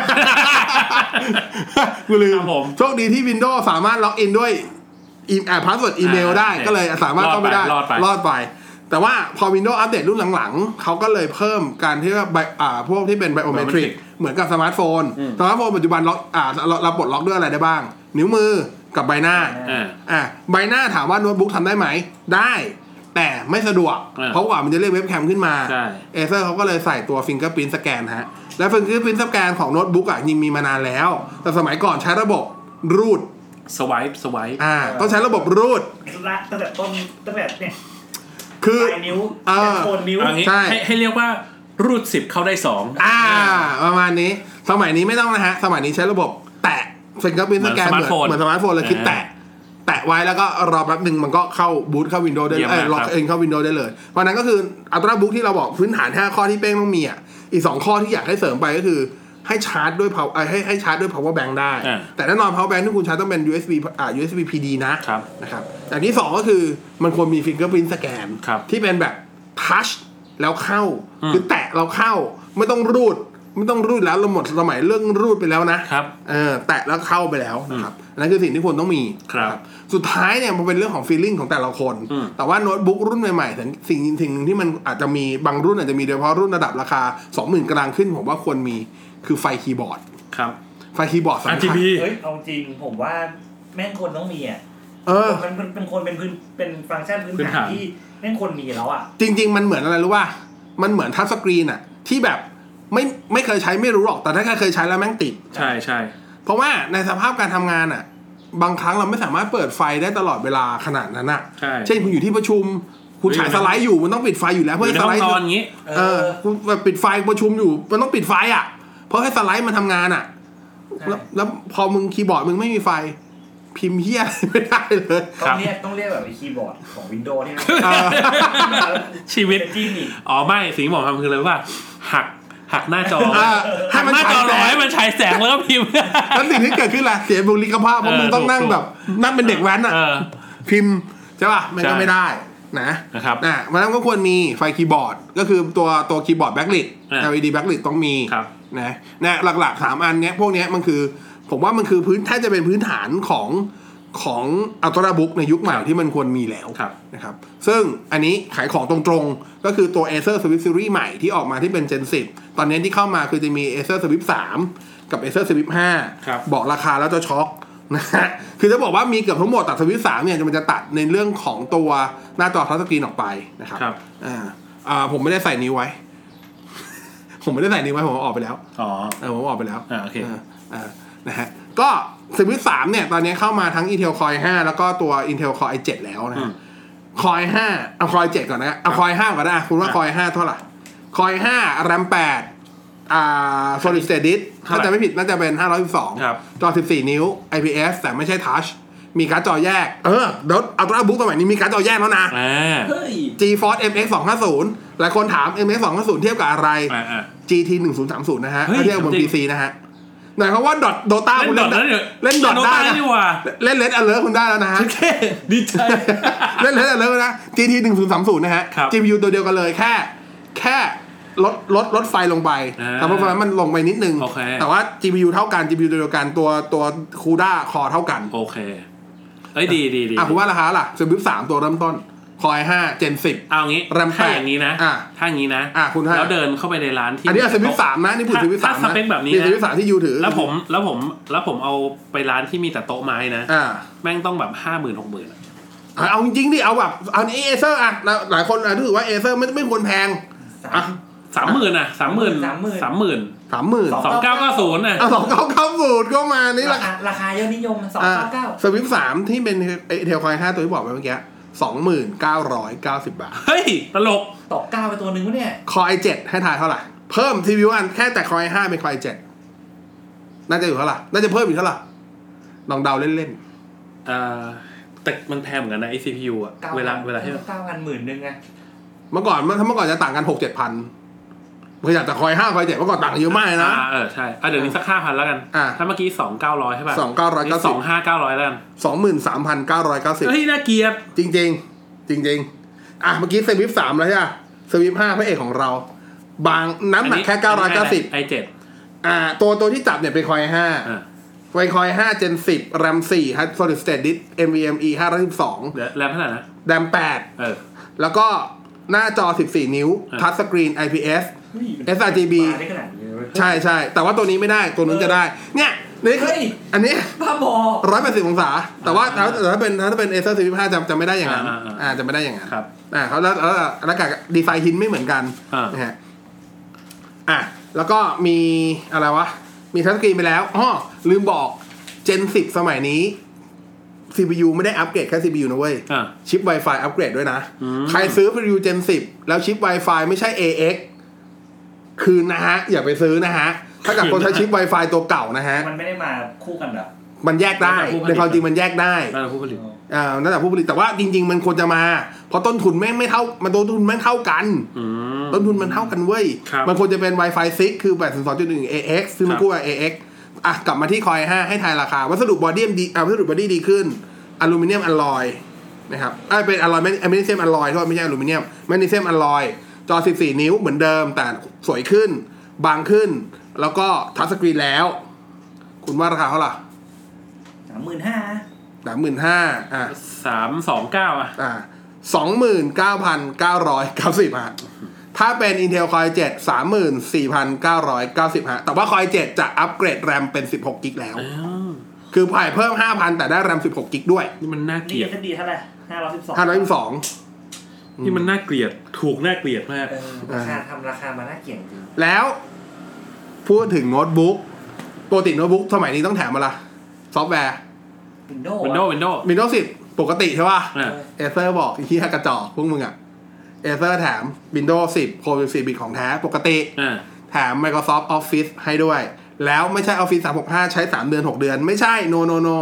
กูลืมโชคดีที่ Windows สามารถล็อกอินด้วยอีอ่าพาสเวิร์ดอีเมลได้ก็เลยสามารถเข้าไปได้รอดไปแต่ว่าพอ Windows อัปเดตรุ่นหลังๆเขาก็เลยเพิ่มการที่ว่าอ่าพวกที่เป็นไบโอเมตริกเหมือนกับสมาร์ทโฟนสมาร์ทโฟนปัจจุบันล็อกอ่าเราปลดล็อกด้วยอะไรได้บ้างนิ้วมือกับใบหน้าอ่าใบหน้าถามว่าโน้ตบุ๊กทำได้ไหมได้แต่ไม่สะดวกเพราะว่ามันจะเรียกเว็บแคมขึ้นมา Acer เขาก็เลยใส่ตัว Fingerprint Scan ฮะและ Fingerprint Scan ของโน้ตบุ๊กอ่ะยิงมีมานานแล้วแต่สมัยก่อนใช้ระบบรูดสวายสวายอ่าต้องใช้ระบบรูดตั้งแต่ต้นตั้งแต่เนี่ยคือนิ้วเป็นโคนนิ้วใช่ให้เรียกว่ารูดสิบเข้าได้สองอ่าประมาณนี้สมัยนี้ไม่ต้องนะฮะสมัยนี้ใช้ระบบแตะFingerprint Scan เหมือนเหมือนสมาร์ทโฟนเลยคิดแตะแตะไว้แล้วก็รอแป๊บนึงมันก็เข้าบูตเข้า Windows ได้เลยเออล็อกเองเข้า Windows ได้เลยเพราะนั้นก็คือ Ultrabook ที่เราบอกพื้นฐานห้าข้อที่เป้งต้องมีอ่ะอีกสองข้อที่อยากให้เสริมไปก็คือให้ชาร์จด้วย power ให้ให้ชาร์จด้วย power bank ได้แต่แน่นอน power bank ที่คุณชาร์จต้องเป็น ยู เอส บี อ่า ยู เอส บี พี ดี นะนะครับอย่างที่สองก็คือมันควรมี fingerprint scan ที่เป็นแบบ touch แล้วเข้าคือแตะเราเข้าไม่ต้องรูดไม่ต้องรูดแล้วเราหมดสมัยเรื่องรูดไปแล้วนะครับเออแตะแล้วเข้าไปแล้วนะครับนั่นคือสิ่งที่ควรต้องมีครับสุดท้ายเนี่ยมันเป็นเรื่องของ feeling ของแต่ละคนแต่ว่าโน้ตบุ๊กรุ่นใหม่ๆสิ่งสิ่งนึงที่มันอาจจะมีบางรุ่นอาจจะมีโดยเฉพาะรุ่นระดับราคา สองหมื่น กลางขึ้นผมว่าควรมีคือไฟคีย์บอร์ดครับไฟคีย์บอร์ดสำคัญเฮ้ยเอาจริงผมว่าแม่งคนต้องมีอ่ะเออมันเป็นคนเป็นพื้นเป็นฟังก์ชันพื้นฐานที่แม่งคนมีแล้วอ่ะจริงๆมันเหมือนอะไรรู้ป่ะมันเหมือนทัชสกรีนอ่ะที่แบบไม่ไม่เคยใช้ไม่รู้หรอกแต่ถ้าเคยใช้แล้วแม่งติดใช่ใช่เพราะว่าในสภาพการทำงานอ่ะบางครั้งเราไม่สามารถเปิดไฟได้ตลอดเวลาขนาดนั้นอ่ะเช่นคุณอยู่ที่ประชุมคุณฉายสไลด์อยู่มันต้องปิดไฟอยู่แล้วเพื่อสไลด์นอนอย่างงี้เออคุณปิดไฟประชุมอยู่มันต้องปิดไฟอ่ะเพราะให้สไลด์มันทำงานอ่ะแล้วแล้วพอมึงคีย์บอร์ดมึงไม่มีไฟพิมพ์เหี้ยไม่ได้เลยต้องเรียกต้องเรียกแบบคีย์บอร์ดของ Windows ที่มันชีวิตอ๋อไม่สิ่งที่ผมทำคืออะไรว่าหักหักหน้าจอให้มันหน้าจอร้อยมันฉายแสงแล้วก็พิมพ์แล้วสิ่งที่เกิดขึ้นล่ะเสียบุคลิกภาพเพราะมึงต้องนั่งแบบนั่งเป็นเด็กแว้นอ่ะพิมพ์ใช่ป่ะมันก็ไม่ได้นะนะครับอ่ะมันก็ควรมีไฟคีย์บอร์ดก็คือตัวตัวคีย์บอร์ดแบ็คลิท แอล อี ดี แบ็คลิทต้องมีนะนะหลักๆสามอันเนี้ยพวกเนี้ยมันคือผมว่ามันคือพื้นถ้าจะเป็นพื้นฐานของของอัลตร้าบุ๊กในยุคใหม่ที่มันควรมีแล้วนะครับซึ่งอันนี้ขายของตรงๆก็คือตัว Acer Swift Series ใหม่ที่ออกมาที่เป็น Gen สิบตอนนี้ที่เข้ามาคือจะมี Acer Swift สามกับ Acer Swift ห้าบอกราคาแล้วจะช็อกนะฮะคือจะบอกว่ามีเกือบทั้งหมดตัด Swift สามเนี่ยมันจะตัดในเรื่องของตัวหน้าจอทัชสกรีนออกไปนะครับอ่าอ่าผมไม่ได้ใส่นิ้วไว้ ผมไม่ได้ใส่นิ้วไว้ผมเอาออกไปแล้วอ๋อเออผมออกไปแล้วอ่าโอเคอ่านะฮะก็Swift สามเนี่ยตอนนี้เข้ามาทั้ง Intel Core ห้าแล้วก็ตัว Intel Core ไอ เซเว่น แล้วนะ Core ห้าเอา Core ไอ เซเว่นก่อนนะเอา Core ห้าก่อนนะคุณว่า Core ห้าเท่าไหร่ Core ห้า RAM แปดอ่า Solid State Disk ถ้าจะไม่ผิดน่าจะเป็นห้าร้อยสิบสองจอสิบสี่นิ้ว ไอ พี เอส แต่ไม่ใช่ Touch มีการ์ดจอแยกเออเดี๋ยวเอาตัวบุ๊กสมัยนี้มีการ์ดจอแยกแล้วนะ GeForce เอ็ม เอ็กซ์ สองห้าศูนย์ หลายคนถาม เอ็ม เอ็กซ์ สองห้าศูนย์เทียบกับอะไร จี ที หนึ่งศูนย์สามศูนย์ นะฮะเทียบบน พี ซี นะฮะหมายความว่าดอทโดต้าคุณเล่นเล่นดอทได้นะเล่นเลดอเลิร์คุณได้แล้วนะฮะดีใจเล่นเลดอเลิร์นะ จี ที หนึ่งศูนย์สามศูนย์ นะฮะ จี พี ยู ตัวเดียวกันเลยแค่แค่ลดลดลดไฟลงไปแต่เพราะฉะนั้นมันลงไปนิดนึงแต่ว่า จี พี ยู เท่ากัน จี พี ยู ตัวเดียวกันตัวตัวคูด้าคอเท่ากันโอเคเอ้ยดีดีดีอ่ะผมว่าราคาล่ะ Swift สามตัวเริ่มต้นคอยห้า Gen สิบเอางี้ RAM ถ้าอย่างนี้นะถ้าอย่างนี้นะแล้วเดินเข้าไปในร้านที่อันนี้สวิฟต์สามนะนี่พูดสวิฟต์สามนะถ้าสเปคแบบนี้นะสวิฟต์สามที่ยูถือแล้วผมแล้วผมแล้วผมเอาไปร้านที่มีแต่โต๊ะไม้นะแม่งต้องแบบห้าหมื่นหกหมื่นเอาจริงๆดิเอาแบบเอานี้เอเซอร์อ่ะหลายคนอ่ะถือว่าเอเซอร์ไม่ไม่ควรแพงอ่ะสามหมื่นอ่ะสามหมื่นสามหมื่นสามหมื่นสามหมื่นสองเก้าเก้าศูนย์อ่ะสองเก้าเก้าศูนย์ก็มานี่ราคาราคายอดนิยมสองเก้าเก้าสวิฟต์สามที่เป็นเทลคอยห้าตัวที่บอกไปเมื่อกี้สองหมื่นเก้าร้อยเก้าสิบบาทเฮ้ยตลกตกเก้าไปตัวนึงวะเนี่ยคอยเจ็ดให้ทายเท่าไหร่เพิ่ม ซี พี ยู อันแค่แต่คอยห้าเป็นคอยเจ็ดน่าจะอยู่เท่าไหร่น่าจะเพิ่มอีกเท่าไหร่ลองเดาเล่นๆอ่าแต่มันแพงเหมือนกันนะไอ ซี พี ยู อ่ะเวลาเวลาที่เก้าพันหมื่นนึงไงเมื่อก่อนถ้าเมื่อก่อนจะต่างกันหกเจ็ดพันเมื่อก่อนแต่คอยห้าคอยเจ็ดเมื่อก่อนต่างกันเยอะมากนะเออใช่อ่ะเดี๋ยวนี้สักห้าพันแล้วกันถ้าเมื่อกี้สองเก้าร้อยใช่ป่ะสองเก้าร้อยเก้าสิบสองห้าเก้าร้อยแล้วกันสองหมื่นสามพันเก้าร้อยเก้าสิบเฮ้ยน่าเกลียดจริงจริงจริงจริงอ่ะเมื่อกี้สวิฟต์สามแล้วใช่ป่ะสวิฟต์ห้าพระเอกของเราบางน้ำหนักแค่เก้าร้อยเก้าสิบไอเจ็ดอ่าตัวตัวที่จับเนี่ยเป็นคอยห้าไวคอยห้า Gen สิบ RAM สี่ Solid State Disk เอ็น วี เอ็ม อี ห้าร้อยสิบสองแรมเท่าไหร่นะ RAM แปดเออแล้วก็หน้าจอสิบสี่นิ้ว Touch Screen ไอ พี เอส เอส อาร์ จี บี ใช่ใช่แต่ว่าตัวนี้ไม่ได้ตัวนู้นจะได้เนี่ยนี่อันนี้บ้าบอหนึ่งร้อยแปดสิบองศาแต่ว่าถ้าเป็นถ้าเป็น Acer Swift ห้าจะจะไม่ได้อย่างนั้นอ่าจะไม่ได้อย่างนั้นครับอ่าเขาแล้วแล้วกับดีไซน์หินไม่เหมือนกันนะฮะอ่ะแล้วก็มีอะไรวะมีทัชสกรีนไปแล้วอ้อลืมบอก Gen สิบสมัยนี้ ซี พี ยู ไม่ได้อัปเกรดแค่ ซี พี ยู นะเว้ยชิป Wi-Fi อัปเกรดด้วยนะใครซื้อ ซี พี ยู Gen สิบแล้วชิป Wi-Fi ไม่ใช่ เอ เอ็กซ์ คืนนะฮะอย่าไปซื้อนะฮะถ้ากับคนใช้ชิป Wi-Fi ตัวเก่านะฮะมันไม่ได้มาคู่กันหรอมันแยกได้ในความจริงมันแยกได้นั่นแหละผู้ผลิตอ่านั่นแหละผู้ผลิตแต่ว่าจริงๆมันควรจะมาเพราะต้นทุนแม่งไม่เท่ามันต้นทุนแม่งเท่ากันต้นทุนมันเท่ากันเว้ยมันควรจะเป็น Wi-Fi ซิกคือ แปด ศูนย์ สอง จุด หนึ่ง เอ เอ็กซ์ ซึ่งมันคู่กับ เอ เอ็กซ์ อ่ะกลับมาที่คอยห้าให้ทายราคาวัสดุบอดี้ดีอ่ะวัสดุบอดี้ดีขึ้นอลูมิเนียมอลลอยนะครับอ่ะเป็นอลลอยไม่แมกนีเซียมอลลอยโทษไม่ใช่อลูมิเนียมแมกนีเซียมอลลอยจอสิบสี่นิ้วเหมือนเดิมแต่สวยขึ้นบางขึ้นแล้วก็ทัชสกรีนแล้วคุณว่าราคาเท่าไหร่สามหมื่นห้าพันสามหมื่นห้าพัน อ่ะสามสองเก้าอ่ะอ่ะ สองหมื่นเก้าพันเก้าร้อยเก้าสิบ ฮะถ้าเป็น Intel Core เจ็ด สามหมื่นสี่พันเก้าร้อยเก้าสิบ ฮะแต่ว่า Core เจ็ดจะอัปเกรด RAM เป็นสิบหกกิกแล้วคือผ่านเพิ่ม ห้าพัน แต่ได้ RAM สิบหกกิกด้วยนี่มันน่าเกลียดนี่จะดีเท่าไหร่ห้าร้อยสิบสองห้าร้อยสิบสองนี่มันน่าเกลียดถูกน่าเกลียดมากราคาทำราคามาน่าเกลียดจริงแล้วพูดถึงโน้ตบุ๊กปกติโน้ตบุ๊กสมัยนี้ต้องแถมอะไรซอฟต์แวร์ Windows Windows Windows Windows สิบปกติใช่ป่ะ Acer บอกที่กระจอกพวกมึงอ่ะ Acer แถม Windows สิบ Core สี่ บิตของแท้ปกติแถม Microsoft Office ให้ด้วยแล้วไม่ใช่ Office สามหกห้าใช้สามเดือนหกเดือนไม่ใช่ no no no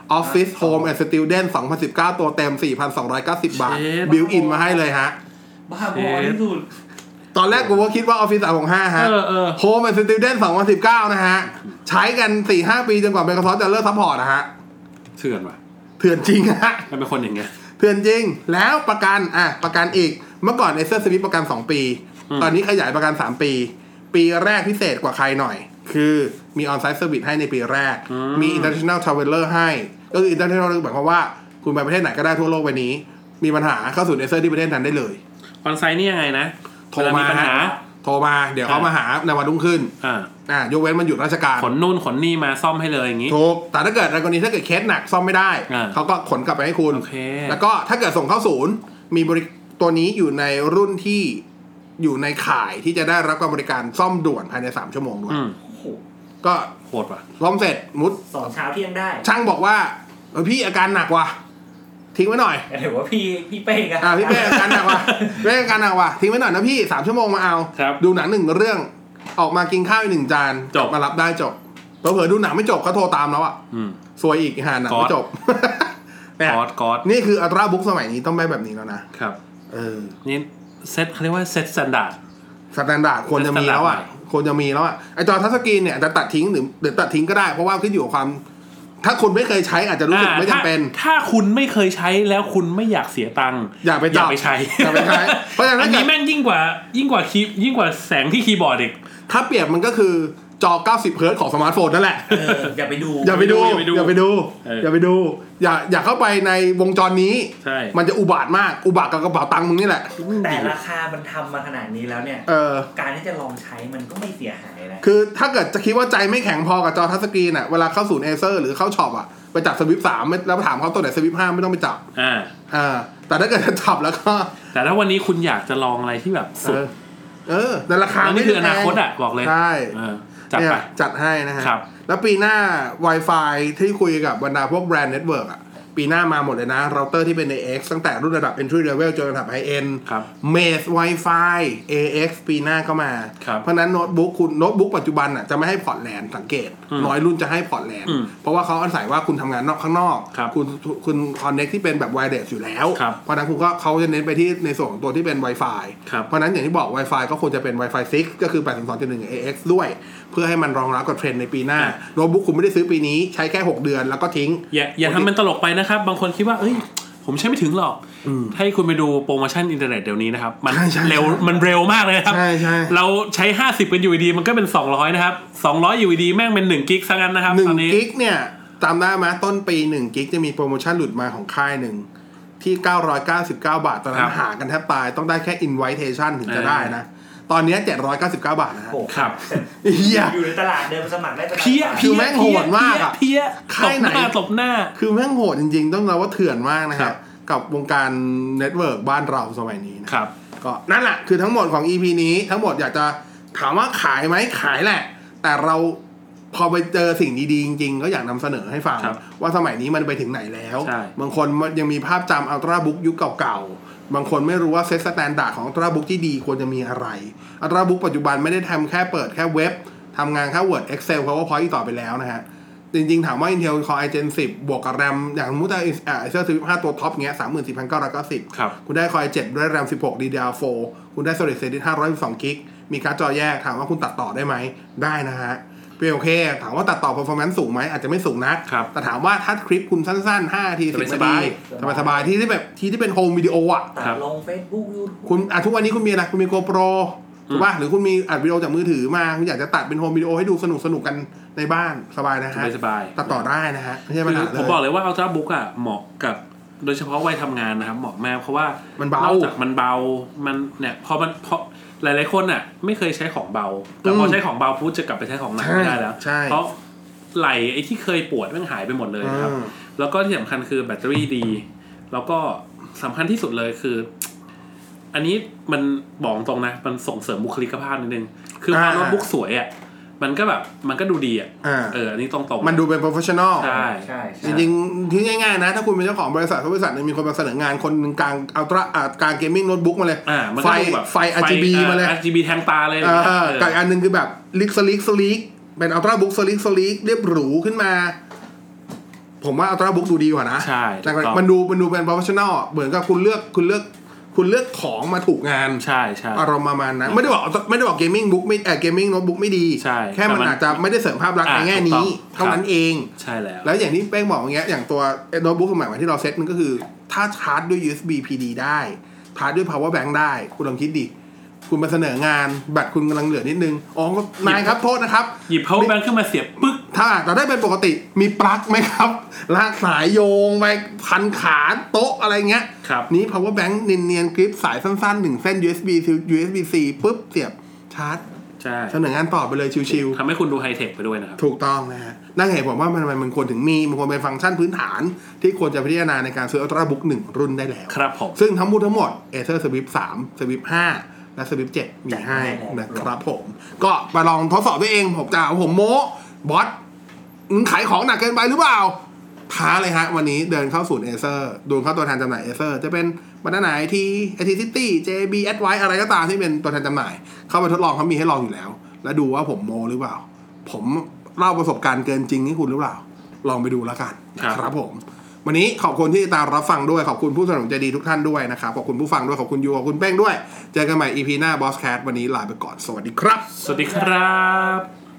Office Home and Student สองพันสิบเก้า ตัวเต็ม สี่พันสองร้อยเก้าสิบ บาทบิลอินมาให้เลยฮะบ้าบอที่สุดตอนแรกกูก็คิดว่า Office สามหกห้าฮะ Home and Student สองพันสิบเก้า นะฮะใช้กัน สี่ห้า ปีจนกว่า Microsoft จะเลิกซัพพอร์ตนะฮะเถื่อนว่ะเถื่อนจริงฮะเป็นคนอย่างเงี้ยเถื่อนจริงแล้วประกันอ่ะประกันอีกเมื่อก่อน Acer Swift ประกันสองปีตอนนี้ขยายประกันสามปีปีแรกพิเศษกว่าใครหน่อยคือมี On-site Service ให้ในปีแรกมี International Traveler ให้ก็คือ International หมายความว่าคุณไปประเทศไหนก็ได้ทั่วโลกใบนี้มีปัญหาเข้าสู่ Acer ที่ประเทศนั้นได้เลย On-site นี่ยังไงนะโทรมาปัญหาโทรมาเดี๋ยวเขามาหาในวันรุ่งขึ้นอ่าอ่ายกเว้นมันหยุดราชการขนนู่นขนนี่มาซ่อมให้เลยอย่างงี้ถูกแต่ถ้าเกิดในกรณีถ้าเกิดเคสหนักซ่อมไม่ได้เขาก็ขนกลับไปให้คุณแล้วก็ถ้าเกิดส่งเข้าศูนย์มีบริตัวนี้อยู่ในรุ่นที่อยู่ในข่ายที่จะได้รับการบริการซ่อมด่วนภายในสามชั่วโมงด้วยก็โหดป่ะซ่อมเสร็จมุดสองเช้าเที่ยงได้ช่างบอกว่าเออพี่อาการหนักว่ะทิ้งไว้หน่อยถือว่าพี่พี่เป้กันอ่าพี่เป้อาการหนักว่ะเป้อาการหนักว่ะทิ้งไว้หน่อยนะพี่สามชั่วโมงมาเอาดูหนังหนึ่งเรื่องออกมากินข้าวอีกหนึ่งจานจบมารับได้จบเผลอๆดูหนังไม่จบเขาโทรตามแล้วอ่ะซวยอีกหาหนังไม่จบกอดกอดนี่คืออัลตร้าบุ๊กสมัยนี้ต้องได้แบบนี้แล้วนะครับเออนี่เซตเขาเรียกว่าเซตสแตนดาร์ดสแตนดาร์ดควรจะมีแล้วอ่ะควรจะมีแล้วอ่ะไอจอทัชสกรีนเนี่ยจะตัดทิ้งหรือหรือตัดทิ้งก็ได้เพราะว่าขึ้นอยู่กับความถ้าคุณไม่เคยใช้อาจจะรู้สึกไม่จำเป็นถ้าคุณไม่เคยใช้แล้วคุณไม่อยากเสียตังค์อย่าไปอย่าไปใช้อย่าไปใช้เพราะฉะนั้นอันนี้แม่งยิ่งกว่ายิ่งกว่าคีย์ยิ่งกว่าแสงที่คีย์บอร์ดอีกถ้าเปรียบมันก็คือจอเก้าสิบเฮิร์ตซ์ของสมาร์ทโฟนนั่นแหละอย่าไปดูอย่าไปดูอย่าไปดูอย่าไปดูอย่าอย่าเข้าไปในวงจรนี้มันจะอุบาทมากอุบาทกับกระเป๋าตังค์มึงนี่แหละแต่ราคามันทำมาขนาดนี้แล้วเนี่ยการที่จะลองใช้มันก็ไม่เสียหายนะคือถ้าเกิดจะคิดว่าใจไม่แข็งพอกับจอทัชสกรีนอ่ะเวลาเข้าศูนย์ Acer หรือเข้าช็อปอ่ะไปจับสวิฟต์สามแล้วถามเขาตัวไหนสวิฟต์ห้าไม่ต้องไปจับอ่าอ่าแต่ถ้าเกิดจะจับแล้วก็แต่ถ้าวันนี้คุณอยากจะลองอะไรที่แบบสุดเออในราคาไม่คืออนาคตอ่ะบอกเลยใช่จัดไปจัดให้นะฮะแล้วปีหน้า Wi-Fi ที่คุยกับบรรดาพวกแบรนด์เน็ตเวิร์กอ่ะปีหน้ามาหมดเลยนะเราเตอร์ที่เป็น เอ เอ็กซ์ ตั้งแต่รุ่นระดับ Entry Level จนระดับ High End Mate Wi-Fi เอ เอ็กซ์ ปีหน้าก็มาเพราะนั้นโน้ตบุ๊กคุณโน้ตบุ๊กปัจจุบันอ่ะจะไม่ให้พอร์ตแลนสังเกตน้อยรุ่นจะให้พอร์ตแลนเพราะว่าเขาอาศัยว่าคุณทำงานนอกข้างนอกคุณคุณคอนเนคที่เป็นแบบ Wireless อยู่แล้วเพราะนั้นคุณก็เขาจะเน้นไปที่ในส่วนของตัวที่เป็น Wi-Fi เพราะนั้นอย่างที่บอก Wi-Fi ก็ควรจะเป็น Wi-Fi ซิกก็คือ แปดสิบสองจุดหนึ่ง เอ เอ็กซ์ ด้วยเพื่อให้มันรองรับกับเทรนด์ในปีหน้าโน้ตบุ๊กคุณไม่ได้ซื้อปีนี้ใช้แค่หกเดือนแล้วก็ทิ้งอย่าอย่าทำเป็นตลกไปนะครับบางคนคิดว่าเอ้ยผมใช้ไม่ถึงหรอกให้คุณไปดูโปรโมชั่นอินเทอร์เน็ตเดี๋ยวนี้นะครับมันเร็วมันเร็วมากเลยครับเราใช้ห้าสิบเป็น ยู ดี มันก็เป็นสองร้อยนะครับสองร้อย ยู ดี แม่งเป็นหนึ่งกิกซะงั้นนะครับตอนนี้หนึ่งกิกเนี่ยจำได้มั้ยต้นปีหนึ่งกิกจะมีโปรโมชั่นหลุดมาของค่ายนึงที่เก้าร้อยเก้าสิบเก้าบาทตอนนั้นหากันแทบตายต้องได้แค่ invitation ถึงจะได้นะตอนนี้เจ็ดร้อยเก้าสิบเก้าบาทนะฮะครับเหี้ยอยู่ในตลาดเดิมสมัครได้เพี้ยคือแม่งโหดมากอ่ะเพี้ยค่ายไหนตบหน้าคือแม่งโหดจริงๆต้องเราว่าเถื่อนมากนะครับกับวงการเน็ตเวิร์กบ้านเราสมัยนี้นะครับก็นั่นแหละคือทั้งหมดของ อี พี นี้ทั้งหมดอยากจะถามว่าขายไหมขายแหละแต่เราพอไปเจอสิ่งดีๆจริงๆก็อยากนำเสนอให้ฟังว่าสมัยนี้มันไปถึงไหนแล้วบางคนยังมีภาพจำอัลตร้าบุ๊กยุคเก่าๆบางคนไม่รู้ว่าเซตสแตนดาร์ดของอัลตร้าบุ๊กที่ดีควรจะมีอะไรอัลตร้าบุ๊กปัจจุบันไม่ได้ทำแค่เปิดแค่เว็บทำงานแค่ Word Excel PowerPoint อีกต่อไปแล้วนะฮะจริงๆถามว่า Intel Core ไอ เจน สิบ บวกกับ RAM อย่างสมมุติว่า Acer Swift ห้าตัวท็อปเงี้ย สามหมื่นสี่พันเก้าร้อยเก้าสิบครับคุณได้ Core ไอ เซเว่น ด้วย RAM สิบหก ดี ดี อาร์ โฟร์ คุณได้ Solid State ห้าร้อยสิบสองกิกมีการ์ดจอแยกถามว่าคุณตัดต่อได้ไหมได้นะฮะเป็นโอเคถามว่าตัดต่อ performance สูงไหมอาจจะไม่สูงนักแต่ถามว่าถ้าคลิปคุณสั้นๆห้านาทีสิบนาทีสบายๆที่ที่แบบที่ที่เป็นโฮมวิดีโออ่ะลง Facebook YouTube คุณอ่ะทุกวันนี้คุณมีอะไรคุณมี GoPro ถูกป่ะหรือคุณมีอัดวิดีโอจากมือถือมาคุณอยากจะตัดเป็นโฮมวิดีโอให้ดูสนุกสนุกกันในบ้านสบายนะฮะสบายตัดต่อได้นะฮะไม่ใช่ปัญหาเลยผมบอกเลยว่า Ultrabook อ่ะเหมาะกับโดยเฉพาะวัยทำงานนะครับเหมาะมากเพราะว่ามันเบานอกจากมันเบามันเนี่ยพอมันพอหลายๆคนอ่ะไม่เคยใช้ของเบาแต่พอใช้ของเบาปุ๊บจะกลับไปใช้ของหนักไม่ได้แล้วเพราะไหลไอ้ที่เคยปวดมันหายไปหมดเลยครับแล้วก็ที่สำคัญคือแบตเตอรี่ดีแล้วก็สำคัญที่สุดเลยคืออันนี้มันบอกตรงนะมันส่งเสริมบุคลิกภาพนิดนึงคือพอโน้ตบุ๊กสวยอ่ะมันก็แบบมันก็ดูดีอ่ะเอออันนี้ตรงๆมันดูเป็น professional ใช่ใช่จริงๆที่ง่ายๆนะถ้าคุณเป็นเจ้าของบริษัทบริษัทนึงมีคนมาเสนองานคนนึงกลางอัลตร้ากลางเกมมิ่งโน้ตบุ๊กมาเลยไฟไฟ อาร์ จี บี มาเลยอาร์ จี บี แทงตาเลยกับอันนึงคือแบบลิกสลิกสลิกเป็นอัลตร้าบุ๊กสลิกสลิกเรียบหรูขึ้นมาผมว่า Ultrabook ดูดีกว่านะใช่แต่มันดูมันดูเป็น professional เหมือนกับคุณเลือกคุณเลือกคุณเลือกของมาถูกงานใช่ใช่อารมณ์ประมาณนั้นไม่ได้บอกไม่ได้บอกเกมมิ่งบุ๊กไม่เออเกมมิ่งโน้ตบุ๊กไม่ดีแค่มันอาจจะไม่ได้เสริมภาพลักษณ์ในแง่นี้เท่านั้นเองใช่แล้วแล้วอย่างที่เป้งบอกอย่างเงี้ยอย่างตัวโน้ตบุ๊กสมัยใหม่ที่เราเซ็ตมันก็คือถ้าชาร์จด้วย ยู เอส บี พี ดี ได้ชาร์จด้วย power bank ได้คุณลองคิดดิคุณมาเสนองานแบตคุณกำลังเหลือนิดนึงอ๋อนายครับโทษนะครับหยิบ power bank ขึ้นมาเสียบปึ๊กถ้าแต่ได้เป็นปกติมีปลั๊กไหมครับลากสายโยงไปพันขาโต๊ะอะไรเงี้ยนี้ power bank เนียนๆกริปสายสั้นๆหนึ่งเส้น ยู เอส บี ยู เอส บี ซี ปุ๊บเสียบชาร์จใช่เสนองานต่อไปเลยชิวๆทำให้คุณดูไฮเทคไปด้วยนะครับถูกต้องนะฮะนั่นเหตุผมว่ามันมันควรถึงมีมันควรเป็นฟังก์ชันพื้นฐานที่ควรจะพิจารณาในการซื้อ Ultrabook หนึ่งรุ่นได้แล้วครับผมซึ่งทั้งหมดทั้งหมด Acer Swift สาม Swift ห้าและ Swift เจ็ดมีให้นะครับผมก็ไปลองทดสอบตัวเองผมจะผมโม้บอสมึงขายของหนักเกินไปหรือเปล่าท้าเลยฮะวันนี้เดินเข้าศูนย์ Acer ดูเข้าตัวแทนจำหน่าย Acer จะเป็นบรรณาไหนที่ ไอ ที City เจ บี Advice อะไรก็ตามที่เป็นตัวแทนจำหน่ายเข้าไปทดลองเขามีให้ลองอยู่แล้วแล้วดูว่าผมโม้หรือเปล่าผมเล่าประสบการณ์เกินจริงให้คุณหรือเปล่าลองไปดูแล้วกันครับผมวันนี้ขอบคุณที่ตามรับฟังด้วยขอบคุณผู้สนับสนุนใจดีทุกท่านด้วยนะครับขอบคุณผู้ฟังด้วยขอบคุณยูขอบคุณแป้งด้วยเจอกันใหม่ อี พี หน้า Boss Cat วันนี้ลาไปก่อนสวัสดีครับสวัสดีครับ